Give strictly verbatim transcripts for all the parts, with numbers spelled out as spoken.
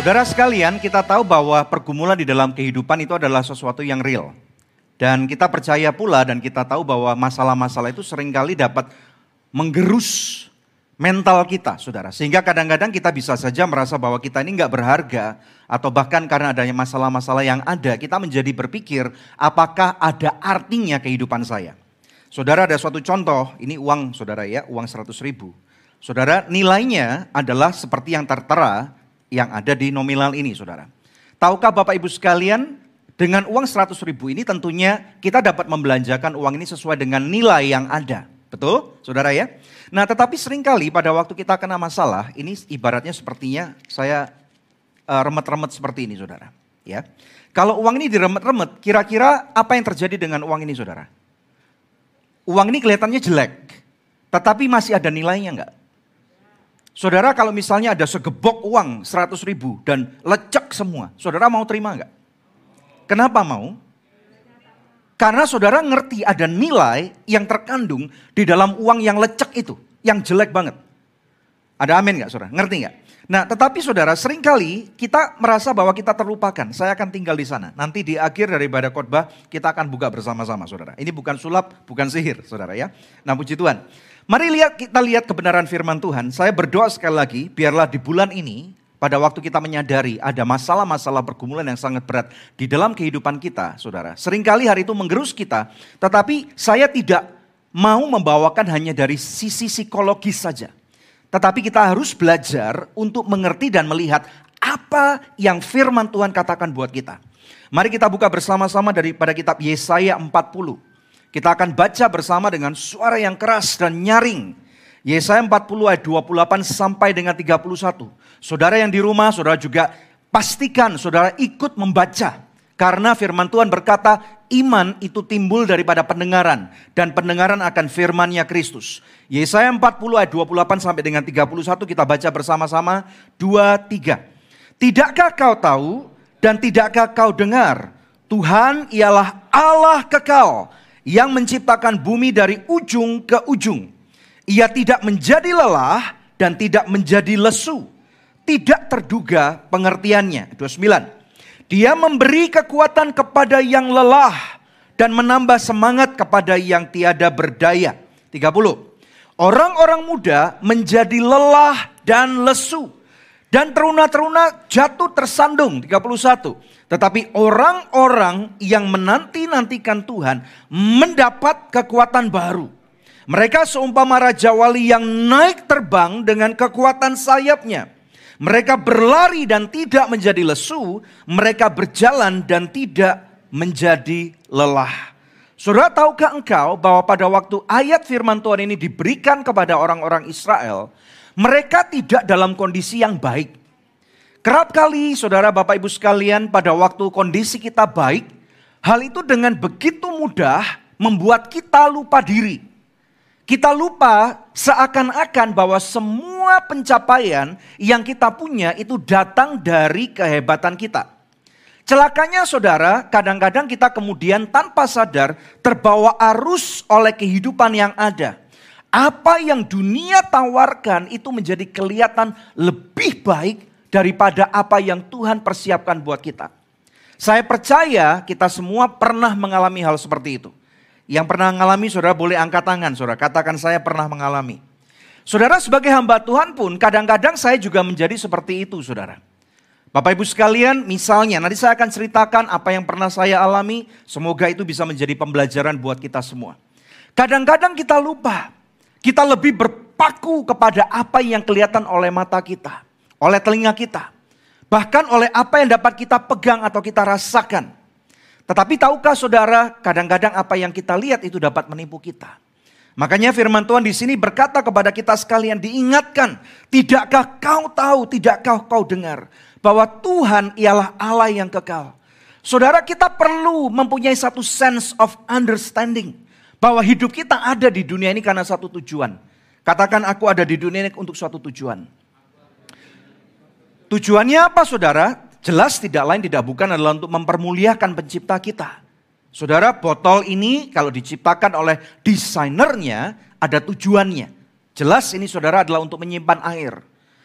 Saudara sekalian, kita tahu bahwa pergumulan di dalam kehidupan itu adalah sesuatu yang real. Dan kita percaya pula dan kita tahu bahwa masalah-masalah itu seringkali dapat menggerus mental kita, saudara. Sehingga kadang-kadang kita bisa saja merasa bahwa kita ini nggak berharga. Atau bahkan karena adanya masalah-masalah yang ada, kita menjadi berpikir apakah ada artinya kehidupan saya. Saudara, ada suatu contoh, ini uang saudara ya, uang seratus ribu. Saudara, nilainya adalah seperti yang tertera yang ada di nominal ini, saudara. Tahukah Bapak Ibu sekalian, dengan uang seratus ribu ini tentunya kita dapat membelanjakan uang ini sesuai dengan nilai yang ada. Betul, saudara ya? Nah, tetapi seringkali pada waktu kita kena masalah, ini ibaratnya sepertinya saya uh, remet-remet seperti ini, saudara. Ya, kalau uang ini diremet-remet, kira-kira apa yang terjadi dengan uang ini, saudara? Uang ini kelihatannya jelek, tetapi masih ada nilainya enggak? Saudara, kalau misalnya ada segebok uang seratus ribu dan lecek semua, saudara mau terima enggak? Kenapa mau? Karena saudara ngerti ada nilai yang terkandung di dalam uang yang lecek itu, yang jelek banget. Ada amin enggak, saudara? Ngerti enggak? Nah, tetapi saudara, seringkali kita merasa bahwa kita terlupakan. Saya akan tinggal di sana. Nanti di akhir daripada khotbah kita akan buka bersama-sama, saudara. Ini bukan sulap, bukan sihir, saudara ya. Nah, puji Tuhan. Mari lihat kita lihat kebenaran firman Tuhan. Saya berdoa sekali lagi, biarlah di bulan ini, pada waktu kita menyadari ada masalah-masalah pergumulan yang sangat berat di dalam kehidupan kita, saudara. Seringkali hari itu menggerus kita, tetapi saya tidak mau membawakan hanya dari sisi psikologis saja. Tetapi kita harus belajar untuk mengerti dan melihat apa yang firman Tuhan katakan buat kita. Mari kita buka bersama-sama daripada kitab Yesaya empat puluh. Kita akan baca bersama dengan suara yang keras dan nyaring. Yesaya empat puluh ayat dua puluh delapan sampai dengan tiga puluh satu. Saudara yang di rumah, saudara juga pastikan saudara ikut membaca. Karena firman Tuhan berkata, iman itu timbul daripada pendengaran. Dan pendengaran akan firman-Nya Kristus. Yesaya empat puluh ayat dua puluh delapan sampai dengan tiga puluh satu kita baca bersama-sama. Dua, tiga. Tidakkah kau tahu dan tidakkah kau dengar? Tuhan ialah Allah kekal yang menciptakan bumi dari ujung ke ujung. Ia tidak menjadi lelah dan tidak menjadi lesu. Tidak terduga pengertiannya. dua puluh sembilan. Dia memberi kekuatan kepada yang lelah dan menambah semangat kepada yang tiada berdaya. tiga puluh. Orang-orang muda menjadi lelah dan lesu. Dan teruna-teruna jatuh tersandung. tiga puluh satu. Tetapi orang-orang yang menanti-nantikan Tuhan mendapat kekuatan baru. Mereka seumpama raja wali yang naik terbang dengan kekuatan sayapnya. Mereka berlari dan tidak menjadi lesu. Mereka berjalan dan tidak menjadi lelah. Saudara, tahukah engkau bahwa pada waktu ayat firman Tuhan ini diberikan kepada orang-orang Israel, mereka tidak dalam kondisi yang baik. Kerap kali saudara Bapak Ibu sekalian pada waktu kondisi kita baik, hal itu dengan begitu mudah membuat kita lupa diri. Kita lupa seakan-akan bahwa semua pencapaian yang kita punya itu datang dari kehebatan kita. Celakanya saudara, kadang-kadang kita kemudian tanpa sadar terbawa arus oleh kehidupan yang ada. Apa yang dunia tawarkan itu menjadi kelihatan lebih baik daripada apa yang Tuhan persiapkan buat kita. Saya percaya kita semua pernah mengalami hal seperti itu. Yang pernah mengalami, saudara boleh angkat tangan, saudara. Katakan saya pernah mengalami. Saudara, sebagai hamba Tuhan pun kadang-kadang saya juga menjadi seperti itu, saudara. Bapak Ibu sekalian, misalnya nanti saya akan ceritakan apa yang pernah saya alami. Semoga itu bisa menjadi pembelajaran buat kita semua. Kadang-kadang kita lupa. Kita lebih berpaku kepada apa yang kelihatan oleh mata kita. Oleh telinga kita. Bahkan oleh apa yang dapat kita pegang atau kita rasakan. Tetapi tahukah saudara, kadang-kadang apa yang kita lihat itu dapat menipu kita. Makanya firman Tuhan di sini berkata kepada kita sekalian, diingatkan, tidakkah kau tahu, tidakkah kau dengar, bahwa Tuhan ialah Allah yang kekal. Saudara, kita perlu mempunyai satu sense of understanding, bahwa hidup kita ada di dunia ini karena satu tujuan. Katakan, aku ada di dunia ini untuk suatu tujuan. Tujuannya apa saudara? Jelas tidak lain tidak bukan adalah untuk mempermuliakan pencipta kita. Saudara, botol ini kalau diciptakan oleh desainernya ada tujuannya. Jelas ini saudara adalah untuk menyimpan air.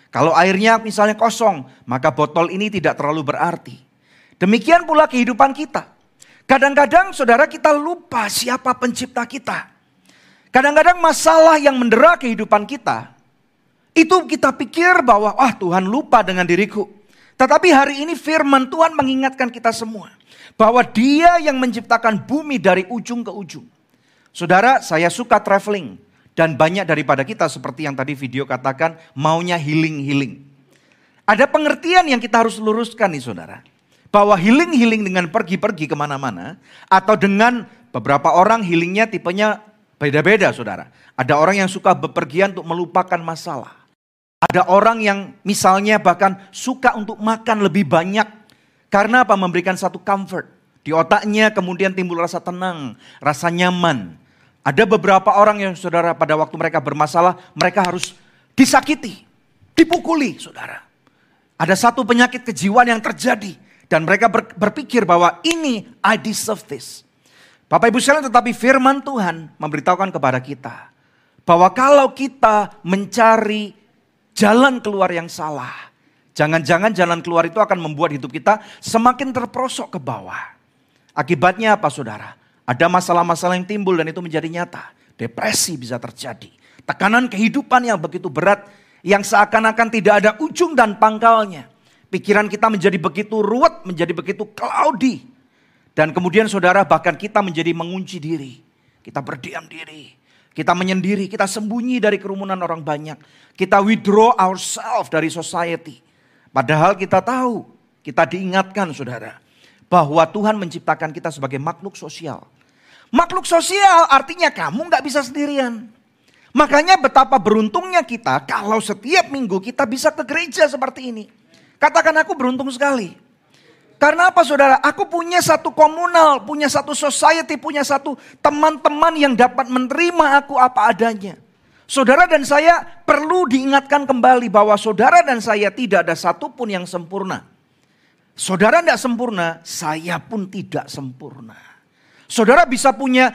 Kalau airnya misalnya kosong, maka botol ini tidak terlalu berarti. Demikian pula kehidupan kita. Kadang-kadang saudara kita lupa siapa pencipta kita. Kadang-kadang masalah yang mendera kehidupan kita, itu kita pikir bahwa wah Tuhan lupa dengan diriku. Tetapi hari ini firman Tuhan mengingatkan kita semua. Bahwa dia yang menciptakan bumi dari ujung ke ujung. Saudara, saya suka traveling. Dan banyak daripada kita seperti yang tadi video katakan, maunya healing-healing. Ada pengertian yang kita harus luruskan nih saudara. Bahwa healing-healing dengan pergi-pergi kemana-mana. Atau dengan beberapa orang healingnya tipenya beda-beda saudara. Ada orang yang suka bepergian untuk melupakan masalah. Ada orang yang misalnya bahkan suka untuk makan lebih banyak. Karena apa? Memberikan satu comfort. Di otaknya kemudian timbul rasa tenang, rasa nyaman. Ada beberapa orang yang saudara pada waktu mereka bermasalah, mereka harus disakiti, dipukuli saudara. Ada satu penyakit kejiwaan yang terjadi. Dan mereka ber, berpikir bahwa ini I deserve this. Bapak Ibu sekalian, tetapi firman Tuhan memberitahukan kepada kita. Bahwa kalau kita mencari jalan keluar yang salah. Jangan-jangan jalan keluar itu akan membuat hidup kita semakin terperosok ke bawah. Akibatnya apa saudara? Ada masalah-masalah yang timbul dan itu menjadi nyata. Depresi bisa terjadi. Tekanan kehidupan yang begitu berat. Yang seakan-akan tidak ada ujung dan pangkalnya. Pikiran kita menjadi begitu ruwet, menjadi begitu cloudy. Dan kemudian saudara bahkan kita menjadi mengunci diri. Kita berdiam diri. Kita menyendiri, kita sembunyi dari kerumunan orang banyak. Kita withdraw ourselves dari society. Padahal kita tahu, kita diingatkan saudara. Bahwa Tuhan menciptakan kita sebagai makhluk sosial. Makhluk sosial artinya kamu gak bisa sendirian. Makanya betapa beruntungnya kita kalau setiap minggu kita bisa ke gereja seperti ini. Katakan aku beruntung sekali. Karena apa saudara? Aku punya satu komunal, punya satu society, punya satu teman-teman yang dapat menerima aku apa adanya. Saudara dan saya perlu diingatkan kembali bahwa saudara dan saya tidak ada satupun yang sempurna. Saudara tidak sempurna, saya pun tidak sempurna. Saudara bisa punya,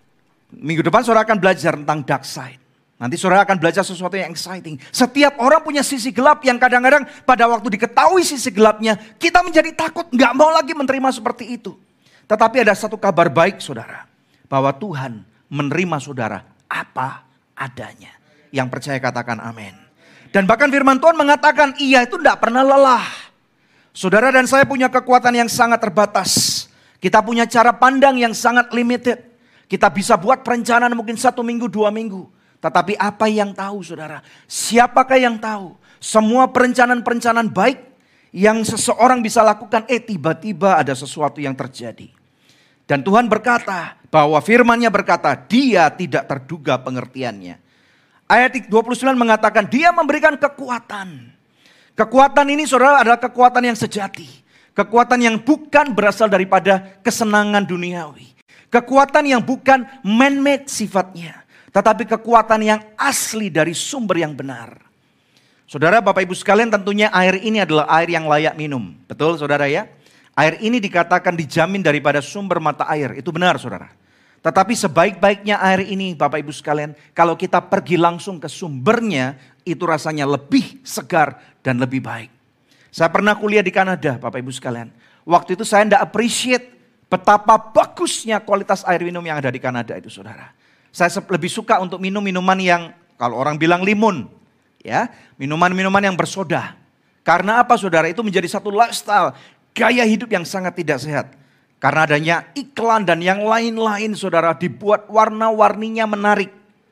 minggu depan saudara akan belajar tentang dark side. Nanti saudara akan belajar sesuatu yang exciting. Setiap orang punya sisi gelap yang kadang-kadang pada waktu diketahui sisi gelapnya, kita menjadi takut, gak mau lagi menerima seperti itu. Tetapi ada satu kabar baik saudara, bahwa Tuhan menerima saudara apa adanya. Yang percaya katakan amin. Dan bahkan firman Tuhan mengatakan ia itu tidak pernah lelah. Saudara dan saya punya kekuatan yang sangat terbatas. Kita punya cara pandang yang sangat limited. Kita bisa buat perencanaan mungkin satu minggu, dua minggu. Tetapi apa yang tahu saudara? Siapakah yang tahu? Semua perencanaan-perencanaan baik yang seseorang bisa lakukan, eh tiba-tiba ada sesuatu yang terjadi. Dan Tuhan berkata bahwa firman-Nya berkata dia tidak terduga pengertiannya. Ayat dua puluh sembilan mengatakan dia memberikan kekuatan. Kekuatan ini saudara adalah kekuatan yang sejati. Kekuatan yang bukan berasal daripada kesenangan duniawi. Kekuatan yang bukan man-made sifatnya. Tetapi kekuatan yang asli dari sumber yang benar. Saudara, Bapak Ibu sekalian, tentunya air ini adalah air yang layak minum. Betul saudara ya? Air ini dikatakan dijamin daripada sumber mata air. Itu benar saudara. Tetapi sebaik-baiknya air ini Bapak Ibu sekalian, kalau kita pergi langsung ke sumbernya, itu rasanya lebih segar dan lebih baik. Saya pernah kuliah di Kanada Bapak Ibu sekalian. Waktu itu saya tidak appreciate betapa bagusnya kualitas air minum yang ada di Kanada itu saudara. Saya lebih suka untuk minum minuman yang kalau orang bilang limun. Ya, minuman-minuman yang bersoda. Karena apa saudara? Itu menjadi satu lifestyle, gaya hidup yang sangat tidak sehat. Karena adanya iklan dan yang lain-lain saudara dibuat warna-warninya menarik.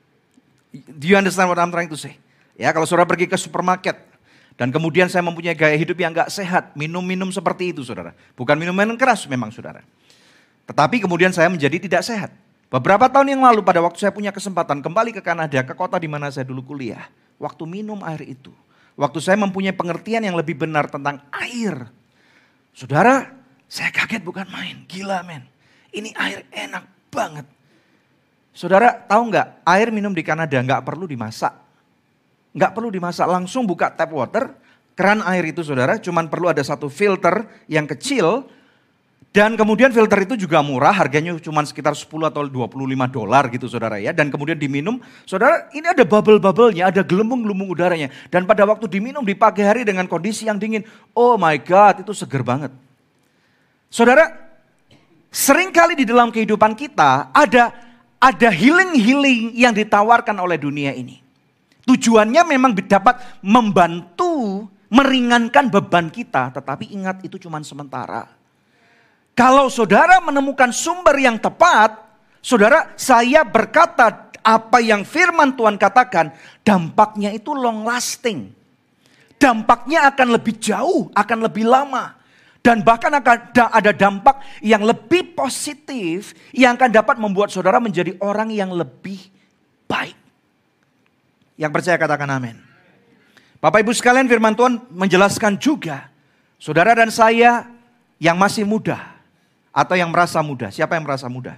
Do you understand what I'm trying to say? Ya, kalau saudara pergi ke supermarket dan kemudian saya mempunyai gaya hidup yang gak sehat, minum-minum seperti itu saudara. Bukan minuman keras memang saudara. Tetapi kemudian saya menjadi tidak sehat. Beberapa tahun yang lalu pada waktu saya punya kesempatan kembali ke Kanada, ke kota di mana saya dulu kuliah. Waktu minum air itu, waktu saya mempunyai pengertian yang lebih benar tentang air. Saudara, saya kaget bukan main, gila men. Ini air enak banget. Saudara tahu nggak, air minum di Kanada nggak perlu dimasak. Nggak perlu dimasak, langsung buka tap water, keran air itu saudara, cuman perlu ada satu filter yang kecil. Dan kemudian filter itu juga murah, harganya cuma sekitar sepuluh atau dua puluh lima dolar gitu saudara ya. Dan kemudian diminum, saudara ini ada bubble-bubblenya, ada gelembung-gelembung udaranya. Dan pada waktu diminum di pagi hari dengan kondisi yang dingin, oh my God itu seger banget. Saudara, seringkali di dalam kehidupan kita ada ada healing-healing yang ditawarkan oleh dunia ini. Tujuannya memang dapat membantu, meringankan beban kita, tetapi ingat itu cuma sementara. Kalau saudara menemukan sumber yang tepat, saudara, saya berkata apa yang firman Tuhan katakan, dampaknya itu long lasting. Dampaknya akan lebih jauh, akan lebih lama. Dan bahkan akan ada dampak yang lebih positif yang akan dapat membuat saudara menjadi orang yang lebih baik. Yang percaya katakan amin. Bapak Ibu sekalian, firman Tuhan menjelaskan juga, saudara dan saya yang masih muda, atau yang merasa muda. Siapa yang merasa muda?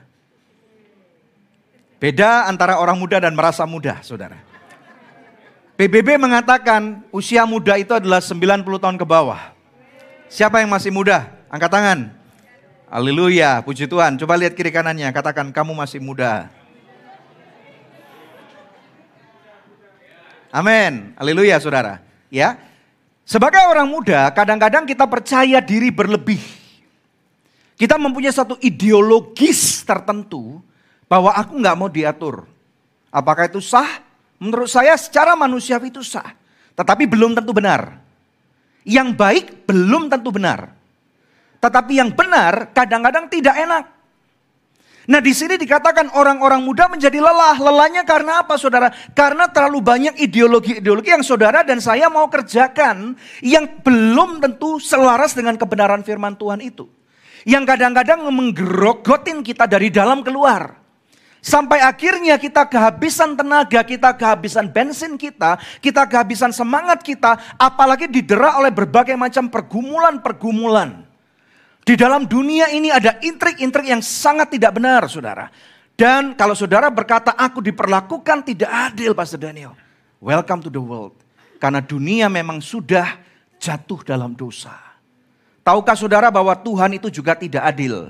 Beda antara orang muda dan merasa muda, saudara. P B B mengatakan usia muda itu adalah sembilan puluh tahun ke bawah. Siapa yang masih muda? Angkat tangan. Haleluya, puji Tuhan. Coba lihat kiri kanannya, katakan kamu masih muda. Amin. Haleluya, saudara. Ya. Sebagai orang muda, kadang-kadang kita percaya diri berlebih. Kita mempunyai satu ideologis tertentu bahwa aku nggak mau diatur. Apakah itu sah? Menurut saya secara manusiawi itu sah. Tetapi belum tentu benar. Yang baik belum tentu benar. Tetapi yang benar kadang-kadang tidak enak. Nah di sini dikatakan orang-orang muda menjadi lelah. Lelahnya karena apa saudara? Karena terlalu banyak ideologi-ideologi yang saudara dan saya mau kerjakan. Yang belum tentu selaras dengan kebenaran firman Tuhan itu. Yang kadang-kadang menggerogotin kita dari dalam keluar. Sampai akhirnya kita kehabisan tenaga, kita kehabisan bensin kita, kita kehabisan semangat kita. Apalagi didera oleh berbagai macam pergumulan-pergumulan. Di dalam dunia ini ada intrik-intrik yang sangat tidak benar saudara. Dan kalau saudara berkata aku diperlakukan tidak adil Pastor Daniel. Welcome to the world. Karena dunia memang sudah jatuh dalam dosa. Tahukah saudara bahwa Tuhan itu juga tidak adil?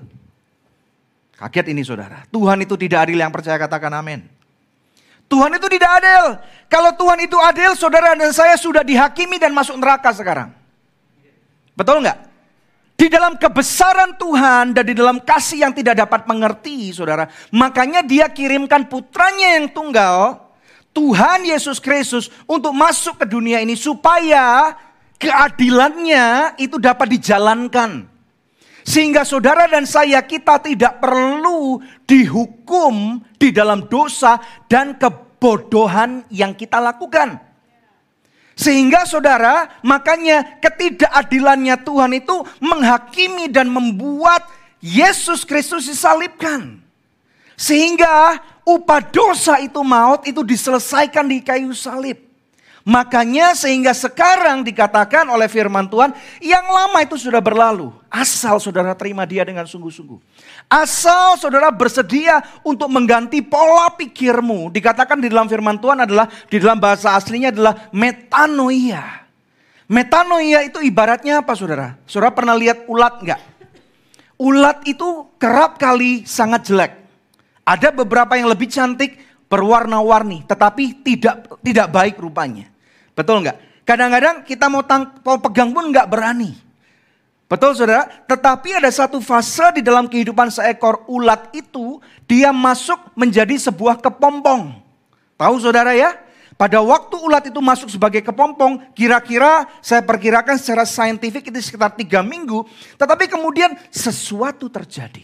Kaget ini saudara. Tuhan itu tidak adil, yang percaya katakan amin. Tuhan itu tidak adil. Kalau Tuhan itu adil, saudara dan saya sudah dihakimi dan masuk neraka sekarang. Betul nggak? Di dalam kebesaran Tuhan dan di dalam kasih yang tidak dapat mengerti saudara. Makanya dia kirimkan putranya yang tunggal, Tuhan Yesus Kristus untuk masuk ke dunia ini supaya keadilannya itu dapat dijalankan. Sehingga saudara dan saya kita tidak perlu dihukum di dalam dosa dan kebodohan yang kita lakukan. Sehingga saudara makanya ketidakadilannya Tuhan itu menghakimi dan membuat Yesus Kristus disalibkan. Sehingga upah dosa itu maut itu diselesaikan di kayu salib. Makanya sehingga sekarang dikatakan oleh firman Tuhan yang lama itu sudah berlalu. Asal saudara terima dia dengan sungguh-sungguh. Asal saudara bersedia untuk mengganti pola pikirmu. Dikatakan di dalam firman Tuhan adalah, di dalam bahasa aslinya adalah metanoia. Metanoia itu ibaratnya apa saudara? Saudara pernah lihat ulat enggak? Ulat itu kerap kali sangat jelek. Ada beberapa yang lebih cantik, berwarna-warni, tetapi tidak tidak baik rupanya. Betul nggak? Kadang-kadang kita mau, tang, mau pegang pun nggak berani. Betul saudara? Tetapi ada satu fase di dalam kehidupan seekor ulat itu, dia masuk menjadi sebuah kepompong. Tahu saudara ya? Pada waktu ulat itu masuk sebagai kepompong, kira-kira saya perkirakan secara saintifik itu sekitar tiga minggu. Tetapi kemudian sesuatu terjadi.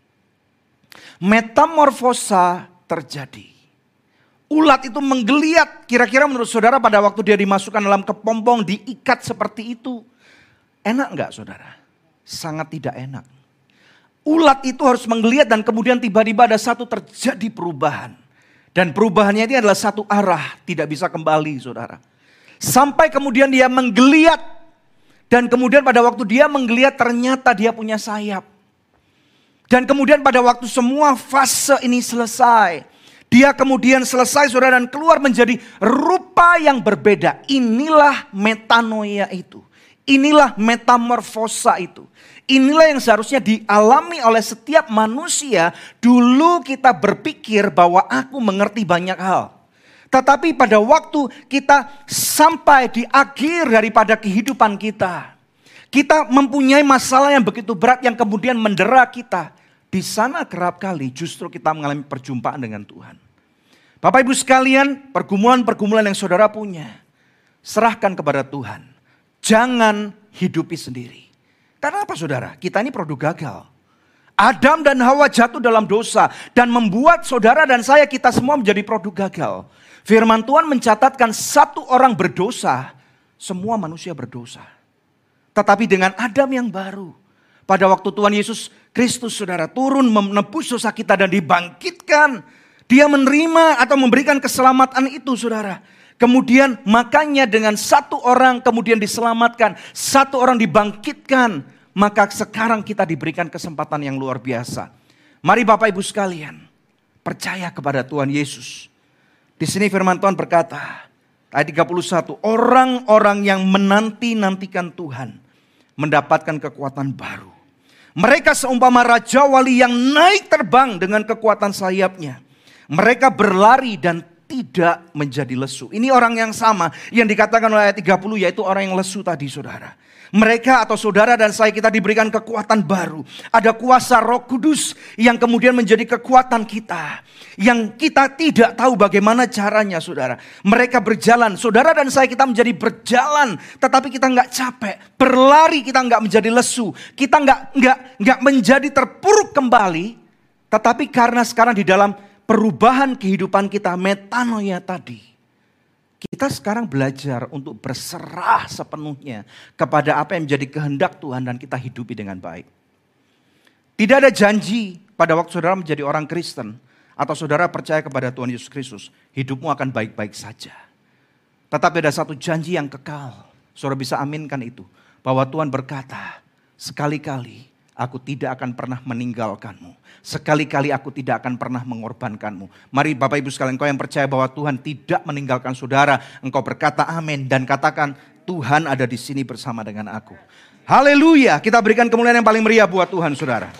Metamorfosa terjadi. Ulat itu menggeliat, kira-kira menurut saudara pada waktu dia dimasukkan dalam kepompong, diikat seperti itu. Enak enggak saudara? Sangat tidak enak. Ulat itu harus menggeliat dan kemudian tiba-tiba ada satu terjadi perubahan. Dan perubahannya ini adalah satu arah, tidak bisa kembali saudara. Sampai kemudian dia menggeliat. Dan kemudian pada waktu dia menggeliat ternyata dia punya sayap. Dan kemudian pada waktu semua fase ini selesai. Dia kemudian selesai saudara dan keluar menjadi rupa yang berbeda. Inilah metanoia itu. Inilah metamorfosa itu. Inilah yang seharusnya dialami oleh setiap manusia. Dulu kita berpikir bahwa aku mengerti banyak hal. Tetapi pada waktu kita sampai di akhir daripada kehidupan kita, kita mempunyai masalah yang begitu berat yang kemudian mendera kita. Di sana kerap kali justru kita mengalami perjumpaan dengan Tuhan. Bapak Ibu sekalian, pergumulan-pergumulan yang saudara punya, serahkan kepada Tuhan. Jangan hidupi sendiri. Karena apa saudara? Kita ini produk gagal. Adam dan Hawa jatuh dalam dosa dan membuat saudara dan saya kita semua menjadi produk gagal. Firman Tuhan mencatatkan satu orang berdosa, semua manusia berdosa. Tetapi dengan Adam yang baru, pada waktu Tuhan Yesus Kristus saudara turun menebus dosa kita dan dibangkitkan, dia menerima atau memberikan keselamatan itu saudara. Kemudian makanya dengan satu orang kemudian diselamatkan, satu orang dibangkitkan, maka sekarang kita diberikan kesempatan yang luar biasa. Mari Bapak Ibu sekalian, percaya kepada Tuhan Yesus. Di sini firman Tuhan berkata, ayat tiga puluh satu, orang-orang yang menanti-nantikan Tuhan mendapatkan kekuatan baru. Mereka seumpama raja wali yang naik terbang dengan kekuatan sayapnya. Mereka berlari dan tidak menjadi lesu. Ini orang yang sama yang dikatakan oleh ayat tiga puluh, yaitu orang yang lesu tadi saudara. Mereka atau saudara dan saya kita diberikan kekuatan baru. Ada kuasa Roh Kudus yang kemudian menjadi kekuatan kita. Yang kita tidak tahu bagaimana caranya saudara. Mereka berjalan, saudara dan saya kita menjadi berjalan. Tetapi kita nggak capek. Berlari kita nggak menjadi lesu. Kita nggak nggak nggak menjadi terpuruk kembali. Tetapi karena sekarang di dalam perubahan kehidupan kita, metanoia tadi. Kita sekarang belajar untuk berserah sepenuhnya kepada apa yang menjadi kehendak Tuhan dan kita hidupi dengan baik. Tidak ada janji pada waktu saudara menjadi orang Kristen atau saudara percaya kepada Tuhan Yesus Kristus, hidupmu akan baik-baik saja. Tetapi ada satu janji yang kekal. Saudara bisa aminkan itu. Bahwa Tuhan berkata, sekali-kali aku tidak akan pernah meninggalkanmu. Sekali-kali aku tidak akan pernah mengorbankanmu. Mari Bapak Ibu sekalian, engkau yang percaya bahwa Tuhan tidak meninggalkan saudara, engkau berkata amin dan katakan Tuhan ada di sini bersama dengan aku. Haleluya, kita berikan kemuliaan yang paling meriah buat Tuhan saudara.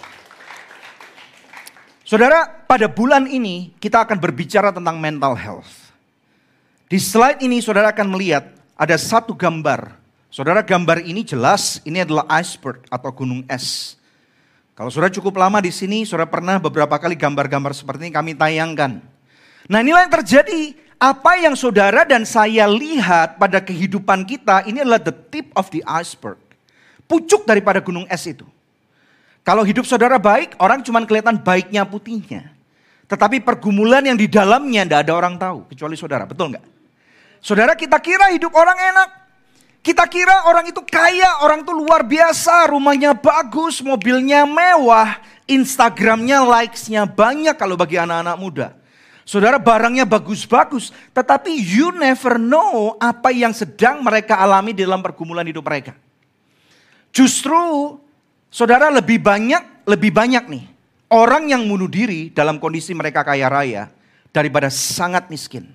Saudara, pada bulan ini kita akan berbicara tentang mental health. Di slide ini saudara akan melihat ada satu gambar. Saudara, gambar ini jelas ini adalah iceberg atau gunung es. Kalau saudara cukup lama di sini, saudara pernah beberapa kali gambar-gambar seperti ini kami tayangkan. Nah, inilah yang terjadi. Apa yang saudara dan saya lihat pada kehidupan kita, ini adalah the tip of the iceberg. Pucuk daripada gunung es itu. Kalau hidup saudara baik, orang cuma kelihatan baiknya putihnya. Tetapi pergumulan yang di dalamnya tidak ada orang tahu, kecuali saudara, betul nggak? Saudara, kita kira hidup orang enak. Kita kira orang itu kaya, orang itu luar biasa, rumahnya bagus, mobilnya mewah, Instagramnya likes-nya banyak kalau bagi anak-anak muda. Saudara, barangnya bagus-bagus, tetapi you never know apa yang sedang mereka alami dalam pergumulan hidup mereka. Justru saudara lebih banyak, lebih banyak nih orang yang bunuh diri dalam kondisi mereka kaya raya daripada sangat miskin.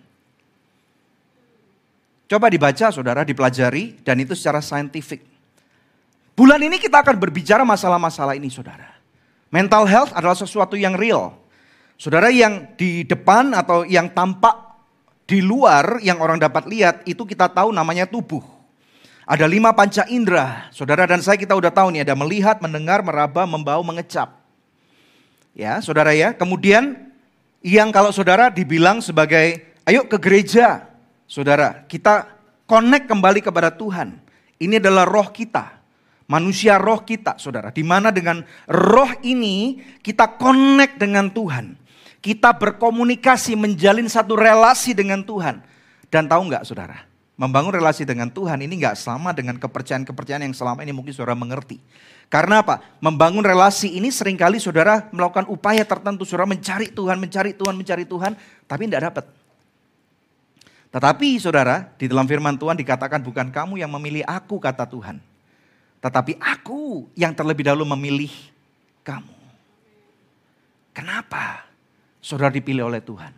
Coba dibaca saudara, dipelajari dan itu secara saintifik. Bulan ini kita akan berbicara masalah-masalah ini saudara. Mental health adalah sesuatu yang real. Saudara, yang di depan atau yang tampak di luar yang orang dapat lihat itu kita tahu namanya tubuh. Ada lima panca indera. Saudara dan saya kita udah tahu nih, ada melihat, mendengar, meraba, membau, mengecap. Ya saudara ya. Kemudian yang kalau saudara dibilang sebagai ayo ke gereja. Saudara, kita connect kembali kepada Tuhan. Ini adalah roh kita. Manusia roh kita, saudara. Di mana dengan roh ini kita connect dengan Tuhan. Kita berkomunikasi, menjalin satu relasi dengan Tuhan. Dan tahu nggak saudara? Membangun relasi dengan Tuhan ini nggak sama dengan kepercayaan-kepercayaan yang selama ini mungkin saudara mengerti. Karena apa? Membangun relasi ini seringkali saudara melakukan upaya tertentu. Saudara mencari Tuhan, mencari Tuhan, mencari Tuhan. Tapi tidak dapat. Tetapi saudara, di dalam firman Tuhan dikatakan bukan kamu yang memilih aku, kata Tuhan. Tetapi aku yang terlebih dahulu memilih kamu. Kenapa saudara dipilih oleh Tuhan?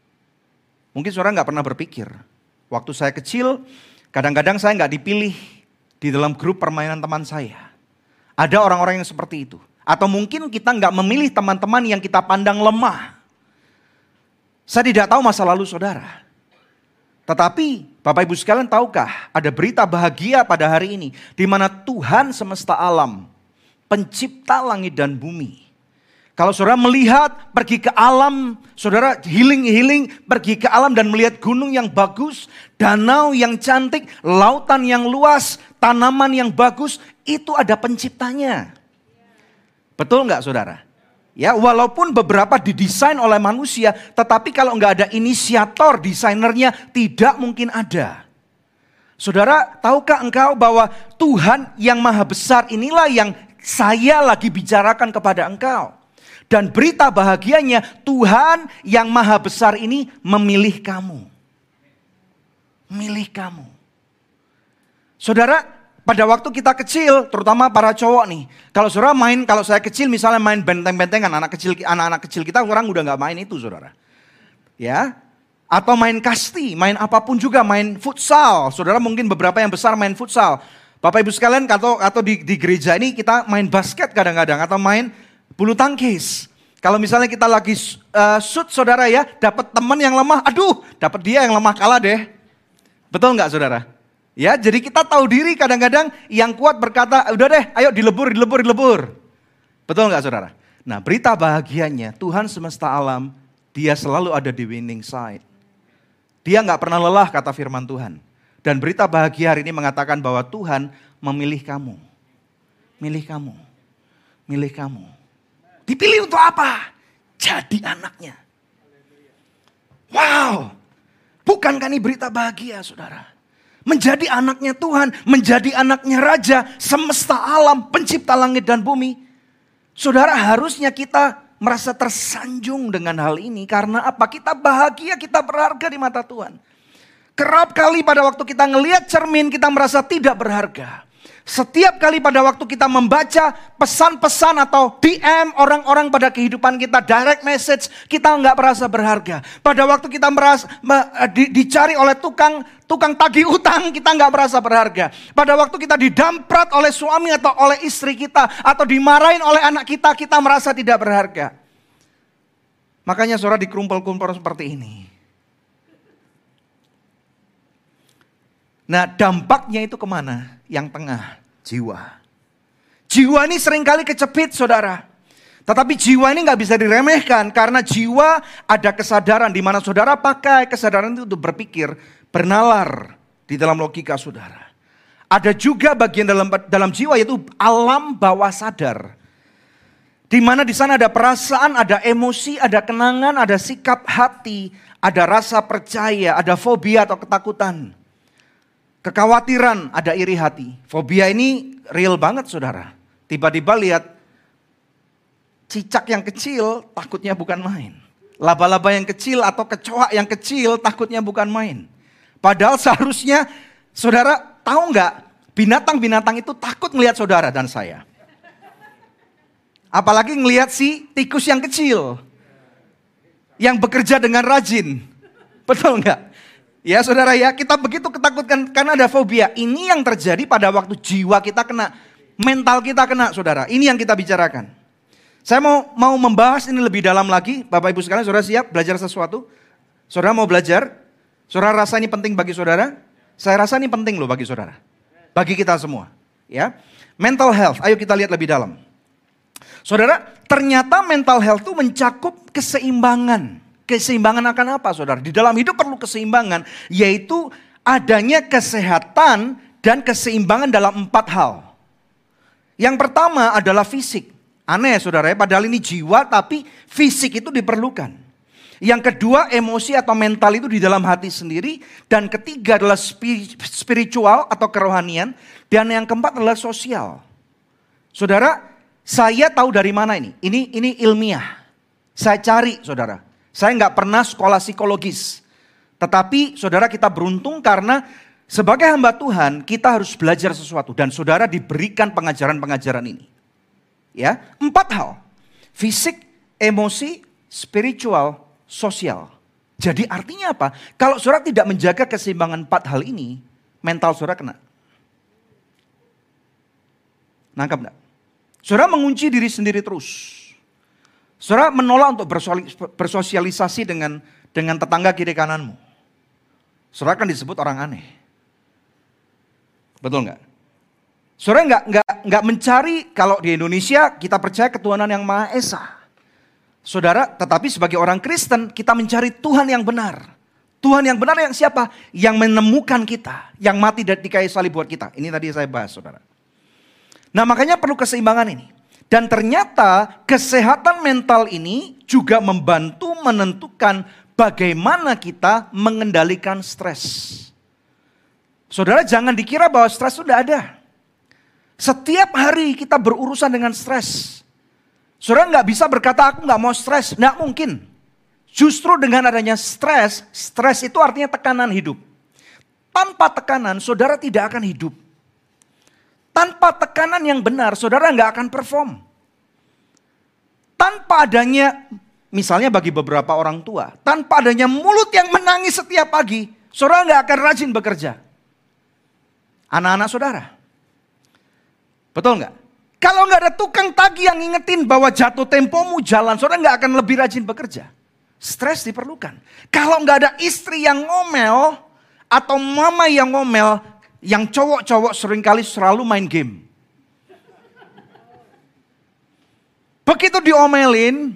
Mungkin saudara gak pernah berpikir. Waktu saya kecil, kadang-kadang saya gak dipilih di dalam grup permainan teman saya. Ada orang-orang yang seperti itu. Atau mungkin kita nggak memilih teman-teman yang kita pandang lemah. Saya tidak tahu masa lalu saudara. Tetapi Bapak Ibu sekalian tahukah ada berita bahagia pada hari ini. Di mana Tuhan semesta alam, pencipta langit dan bumi. Kalau saudara melihat pergi ke alam, saudara healing-healing pergi ke alam dan melihat gunung yang bagus, danau yang cantik, lautan yang luas, tanaman yang bagus, itu ada penciptanya. Betul nggak saudara? Ya, walaupun beberapa didesain oleh manusia, tetapi kalau nggak ada inisiator, desainernya tidak mungkin ada. Saudara, tahukah engkau bahwa Tuhan yang maha besar inilah yang saya lagi bicarakan kepada engkau. Dan berita bahagianya, Tuhan yang maha besar ini memilih kamu. Memilih kamu. Saudara, pada waktu kita kecil, terutama para cowok nih. Kalau saudara main, kalau saya kecil misalnya main benteng-bentengan, anak kecil, anak-anak kecil kita orang udah gak main itu saudara. Ya, atau main kasti, main apapun juga, main futsal. Saudara mungkin beberapa yang besar main futsal. Bapak Ibu sekalian, atau, atau di, di gereja ini kita main basket kadang-kadang, atau main bulu tangkis. Kalau misalnya kita lagi uh, shoot saudara ya, dapat teman yang lemah, aduh dapat dia yang lemah kalah deh. Betul nggak saudara? Ya, jadi kita tahu diri kadang-kadang yang kuat berkata, udah deh ayo dilebur, dilebur, dilebur. Betul nggak saudara? Nah berita bahagianya Tuhan semesta alam, dia selalu ada di winning side. Dia nggak pernah lelah kata firman Tuhan. Dan berita bahagia hari ini mengatakan bahwa Tuhan memilih kamu. Milih kamu. Milih kamu. Dipilih untuk apa? Jadi anaknya. Wow. Bukankah ini berita bahagia saudara? Menjadi anaknya Tuhan, menjadi anaknya Raja, semesta alam, pencipta langit dan bumi. Saudara harusnya kita merasa tersanjung dengan hal ini. Karena apa? Kita bahagia, kita berharga di mata Tuhan. Kerap kali pada waktu kita ngelihat cermin kita merasa tidak berharga. Setiap kali pada waktu kita membaca pesan-pesan atau D M orang-orang pada kehidupan kita, direct message, kita nggak merasa berharga. Pada waktu kita merasa di, dicari oleh tukang tukang tagih utang, kita nggak merasa berharga. Pada waktu kita didamprat oleh suami atau oleh istri kita, atau dimarahin oleh anak kita, kita merasa tidak berharga. Makanya saudara dikumpul-kumpul seperti ini. Nah dampaknya itu kemana? Yang tengah, jiwa. Jiwa ini seringkali kecepit saudara. Tetapi jiwa ini gak bisa diremehkan. Karena jiwa ada kesadaran. Di mana saudara pakai kesadaran itu untuk berpikir, bernalar di dalam logika saudara. Ada juga bagian dalam dalam jiwa yaitu alam bawah sadar. Di mana di sana ada perasaan, ada emosi, ada kenangan, ada sikap hati, ada rasa percaya, ada fobia atau ketakutan. Kekhawatiran, ada iri hati. Fobia ini real banget saudara. Tiba-tiba lihat cicak yang kecil takutnya bukan main. Laba-laba yang kecil atau kecoa yang kecil takutnya bukan main. Padahal seharusnya saudara tahu nggak binatang-binatang itu takut melihat saudara dan saya. Apalagi ngelihat si tikus yang kecil. Yang bekerja dengan rajin. Betul nggak? Ya saudara ya, kita begitu ketakutkan karena ada fobia. Ini yang terjadi pada waktu jiwa kita kena, mental kita kena saudara. Ini yang kita bicarakan. Saya mau mau membahas ini lebih dalam lagi. Bapak Ibu sekalian, saudara siap belajar sesuatu? Saudara mau belajar? Saudara rasa ini penting bagi saudara? Saya rasa ini penting loh bagi saudara. Bagi kita semua. Ya, mental health, ayo kita lihat lebih dalam. Saudara, ternyata mental health itu mencakup keseimbangan. Keseimbangan akan apa saudara? Di dalam hidup perlu keseimbangan, yaitu adanya kesehatan dan keseimbangan dalam empat hal. Yang pertama adalah fisik. Aneh saudara ya, padahal ini jiwa tapi fisik itu diperlukan. Yang kedua emosi atau mental itu di dalam hati sendiri. Dan ketiga adalah spiritual atau kerohanian. Dan yang keempat adalah sosial. Saudara, saya tahu dari mana ini? Ini ini ilmiah. Saya cari saudara. Saya nggak pernah sekolah psikologis. Tetapi saudara kita beruntung karena sebagai hamba Tuhan kita harus belajar sesuatu. Dan saudara diberikan pengajaran-pengajaran ini. Ya, empat hal. Fisik, emosi, spiritual, sosial. Jadi artinya apa? Kalau saudara tidak menjaga keseimbangan empat hal ini, mental saudara kena. Nangkap enggak? Saudara mengunci diri sendiri terus. Saudara menolak untuk bersosialisasi dengan dengan tetangga kiri kananmu. Saudara akan disebut orang aneh. Betul enggak? Saudara enggak, enggak, enggak mencari, kalau di Indonesia kita percaya ketuhanan yang Maha Esa. Saudara, tetapi sebagai orang Kristen kita mencari Tuhan yang benar. Tuhan yang benar yang siapa? Yang menemukan kita, yang mati di kayu salib buat kita. Ini tadi saya bahas, saudara. Nah, makanya perlu keseimbangan ini. Dan ternyata kesehatan mental ini juga membantu menentukan bagaimana kita mengendalikan stres. Saudara, jangan dikira bahwa stres sudah ada. Setiap hari kita berurusan dengan stres. Saudara nggak bisa berkata aku nggak mau stres, nggak mungkin. Justru dengan adanya stres, stres itu artinya tekanan hidup. Tanpa tekanan, saudara tidak akan hidup. Tanpa tekanan yang benar, saudara nggak akan perform. Tanpa adanya, misalnya bagi beberapa orang tua, tanpa adanya mulut yang menangis setiap pagi, saudara nggak akan rajin bekerja. Anak-anak saudara, betul nggak? Kalau nggak ada tukang tagih yang ngingetin bahwa jatuh tempomu jalan, saudara nggak akan lebih rajin bekerja. Stres diperlukan. Kalau nggak ada istri yang ngomel atau mama yang ngomel, yang cowok-cowok seringkali selalu main game. Begitu diomelin,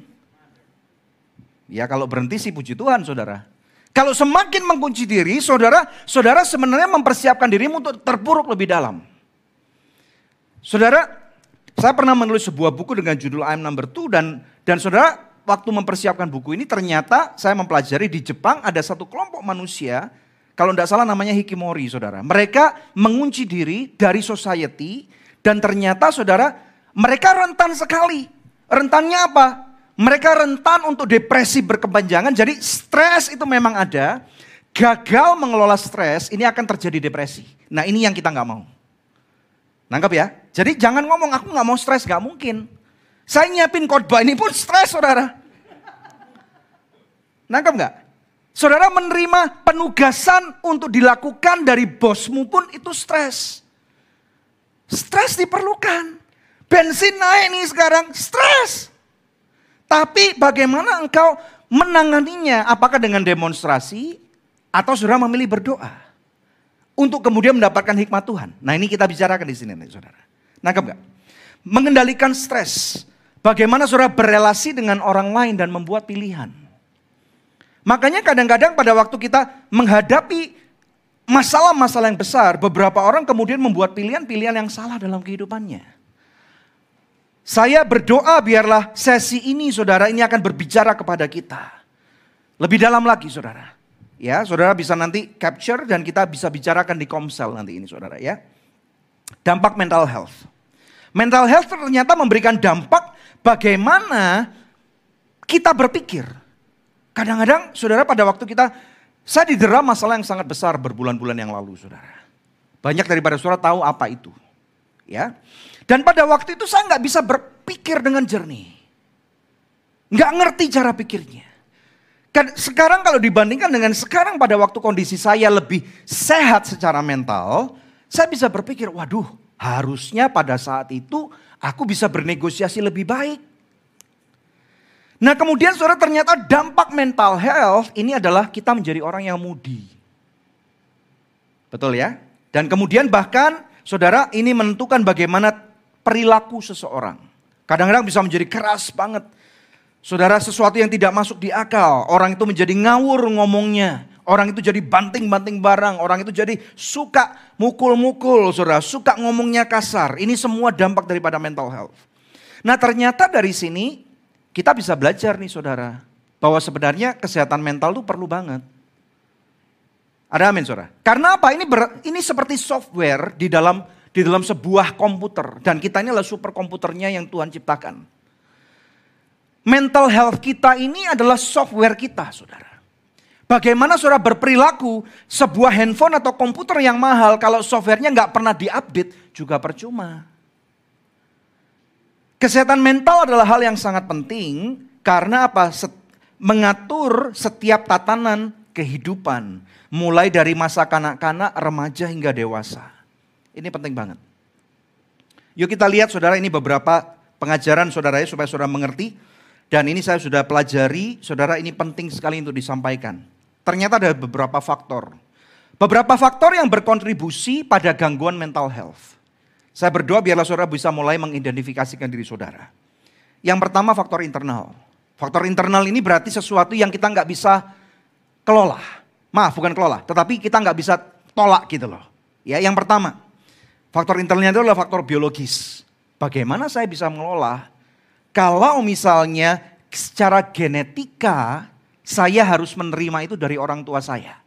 ya kalau berhenti sih puji Tuhan, saudara. Kalau semakin mengunci diri, saudara, saudara sebenarnya mempersiapkan dirimu untuk terpuruk lebih dalam. Saudara, saya pernah menulis sebuah buku dengan judul I'm Number Two dan dan saudara waktu mempersiapkan buku ini ternyata saya mempelajari di Jepang ada satu kelompok manusia, kalau tidak salah namanya Hikimori, saudara. Mereka mengunci diri dari society dan ternyata saudara mereka rentan sekali. Rentannya apa? Mereka rentan untuk depresi berkepanjangan, jadi stres itu memang ada. Gagal mengelola stres ini akan terjadi depresi. Nah ini yang kita nggak mau. Nangkap ya? Jadi jangan ngomong aku gak mau stres, gak mungkin. Saya nyiapin khotbah ini pun stres, saudara. Nangkap gak? Saudara menerima penugasan untuk dilakukan dari bosmu pun itu stres. Stres diperlukan. Bensin naik nih sekarang, stres. Tapi bagaimana engkau menanganinya? Apakah dengan demonstrasi atau saudara memilih berdoa? Untuk kemudian mendapatkan hikmat Tuhan. Nah ini kita bicarakan di sini nih saudara. Nangkap gak? Mengendalikan stres. Bagaimana saudara berelasi dengan orang lain dan membuat pilihan. Makanya kadang-kadang pada waktu kita menghadapi masalah-masalah yang besar. Beberapa orang kemudian membuat pilihan-pilihan yang salah dalam kehidupannya. Saya berdoa biarlah sesi ini saudara ini akan berbicara kepada kita. Lebih dalam lagi saudara. Ya, saudara bisa nanti capture dan kita bisa bicarakan di Komsel nanti ini saudara ya. Dampak mental health. Mental health ternyata memberikan dampak bagaimana kita berpikir. Kadang-kadang saudara pada waktu kita, saya didera masalah yang sangat besar berbulan-bulan yang lalu saudara. Banyak daripada saudara tahu apa itu. Ya. Dan pada waktu itu saya nggak bisa berpikir dengan jernih. Nggak ngerti cara pikirnya. Sekarang kalau dibandingkan dengan sekarang pada waktu kondisi saya lebih sehat secara mental, saya bisa berpikir, waduh harusnya pada saat itu aku bisa bernegosiasi lebih baik. Nah kemudian saudara ternyata dampak mental health ini adalah kita menjadi orang yang moody. Betul ya? Dan kemudian bahkan saudara ini menentukan bagaimana perilaku seseorang. Kadang-kadang bisa menjadi keras banget. Saudara sesuatu yang tidak masuk di akal. Orang itu menjadi ngawur ngomongnya. Orang itu jadi banting-banting barang. Orang itu jadi suka mukul-mukul saudara. Suka ngomongnya kasar. Ini semua dampak daripada mental health. Nah ternyata dari sini kita bisa belajar nih saudara. Bahwa sebenarnya kesehatan mental itu perlu banget. Ada amin saudara. Karena apa? Ini ber, ini seperti software di dalam di dalam sebuah komputer. Dan kita ini adalah superkomputernya yang Tuhan ciptakan. Mental health kita ini adalah software kita, saudara. Bagaimana saudara berperilaku, sebuah handphone atau komputer yang mahal, kalau softwarenya nggak pernah diupdate, juga percuma. Kesehatan mental adalah hal yang sangat penting, karena apa? Set, mengatur setiap tatanan kehidupan, mulai dari masa kanak-kanak, remaja hingga dewasa. Ini penting banget. Yuk kita lihat saudara, ini beberapa pengajaran saudara ya supaya saudara mengerti. Dan ini saya sudah pelajari, saudara, ini penting sekali untuk disampaikan. Ternyata ada beberapa faktor. Beberapa faktor yang berkontribusi pada gangguan mental health. Saya berdoa biarlah saudara bisa mulai mengidentifikasikan diri saudara. Yang pertama faktor internal. Faktor internal ini berarti sesuatu yang kita nggak bisa kelola. Maaf, bukan kelola, tetapi kita nggak bisa tolak gitu loh. Ya, yang pertama, faktor internalnya itu adalah faktor biologis. Bagaimana saya bisa mengelola kalau misalnya secara genetika saya harus menerima itu dari orang tua saya?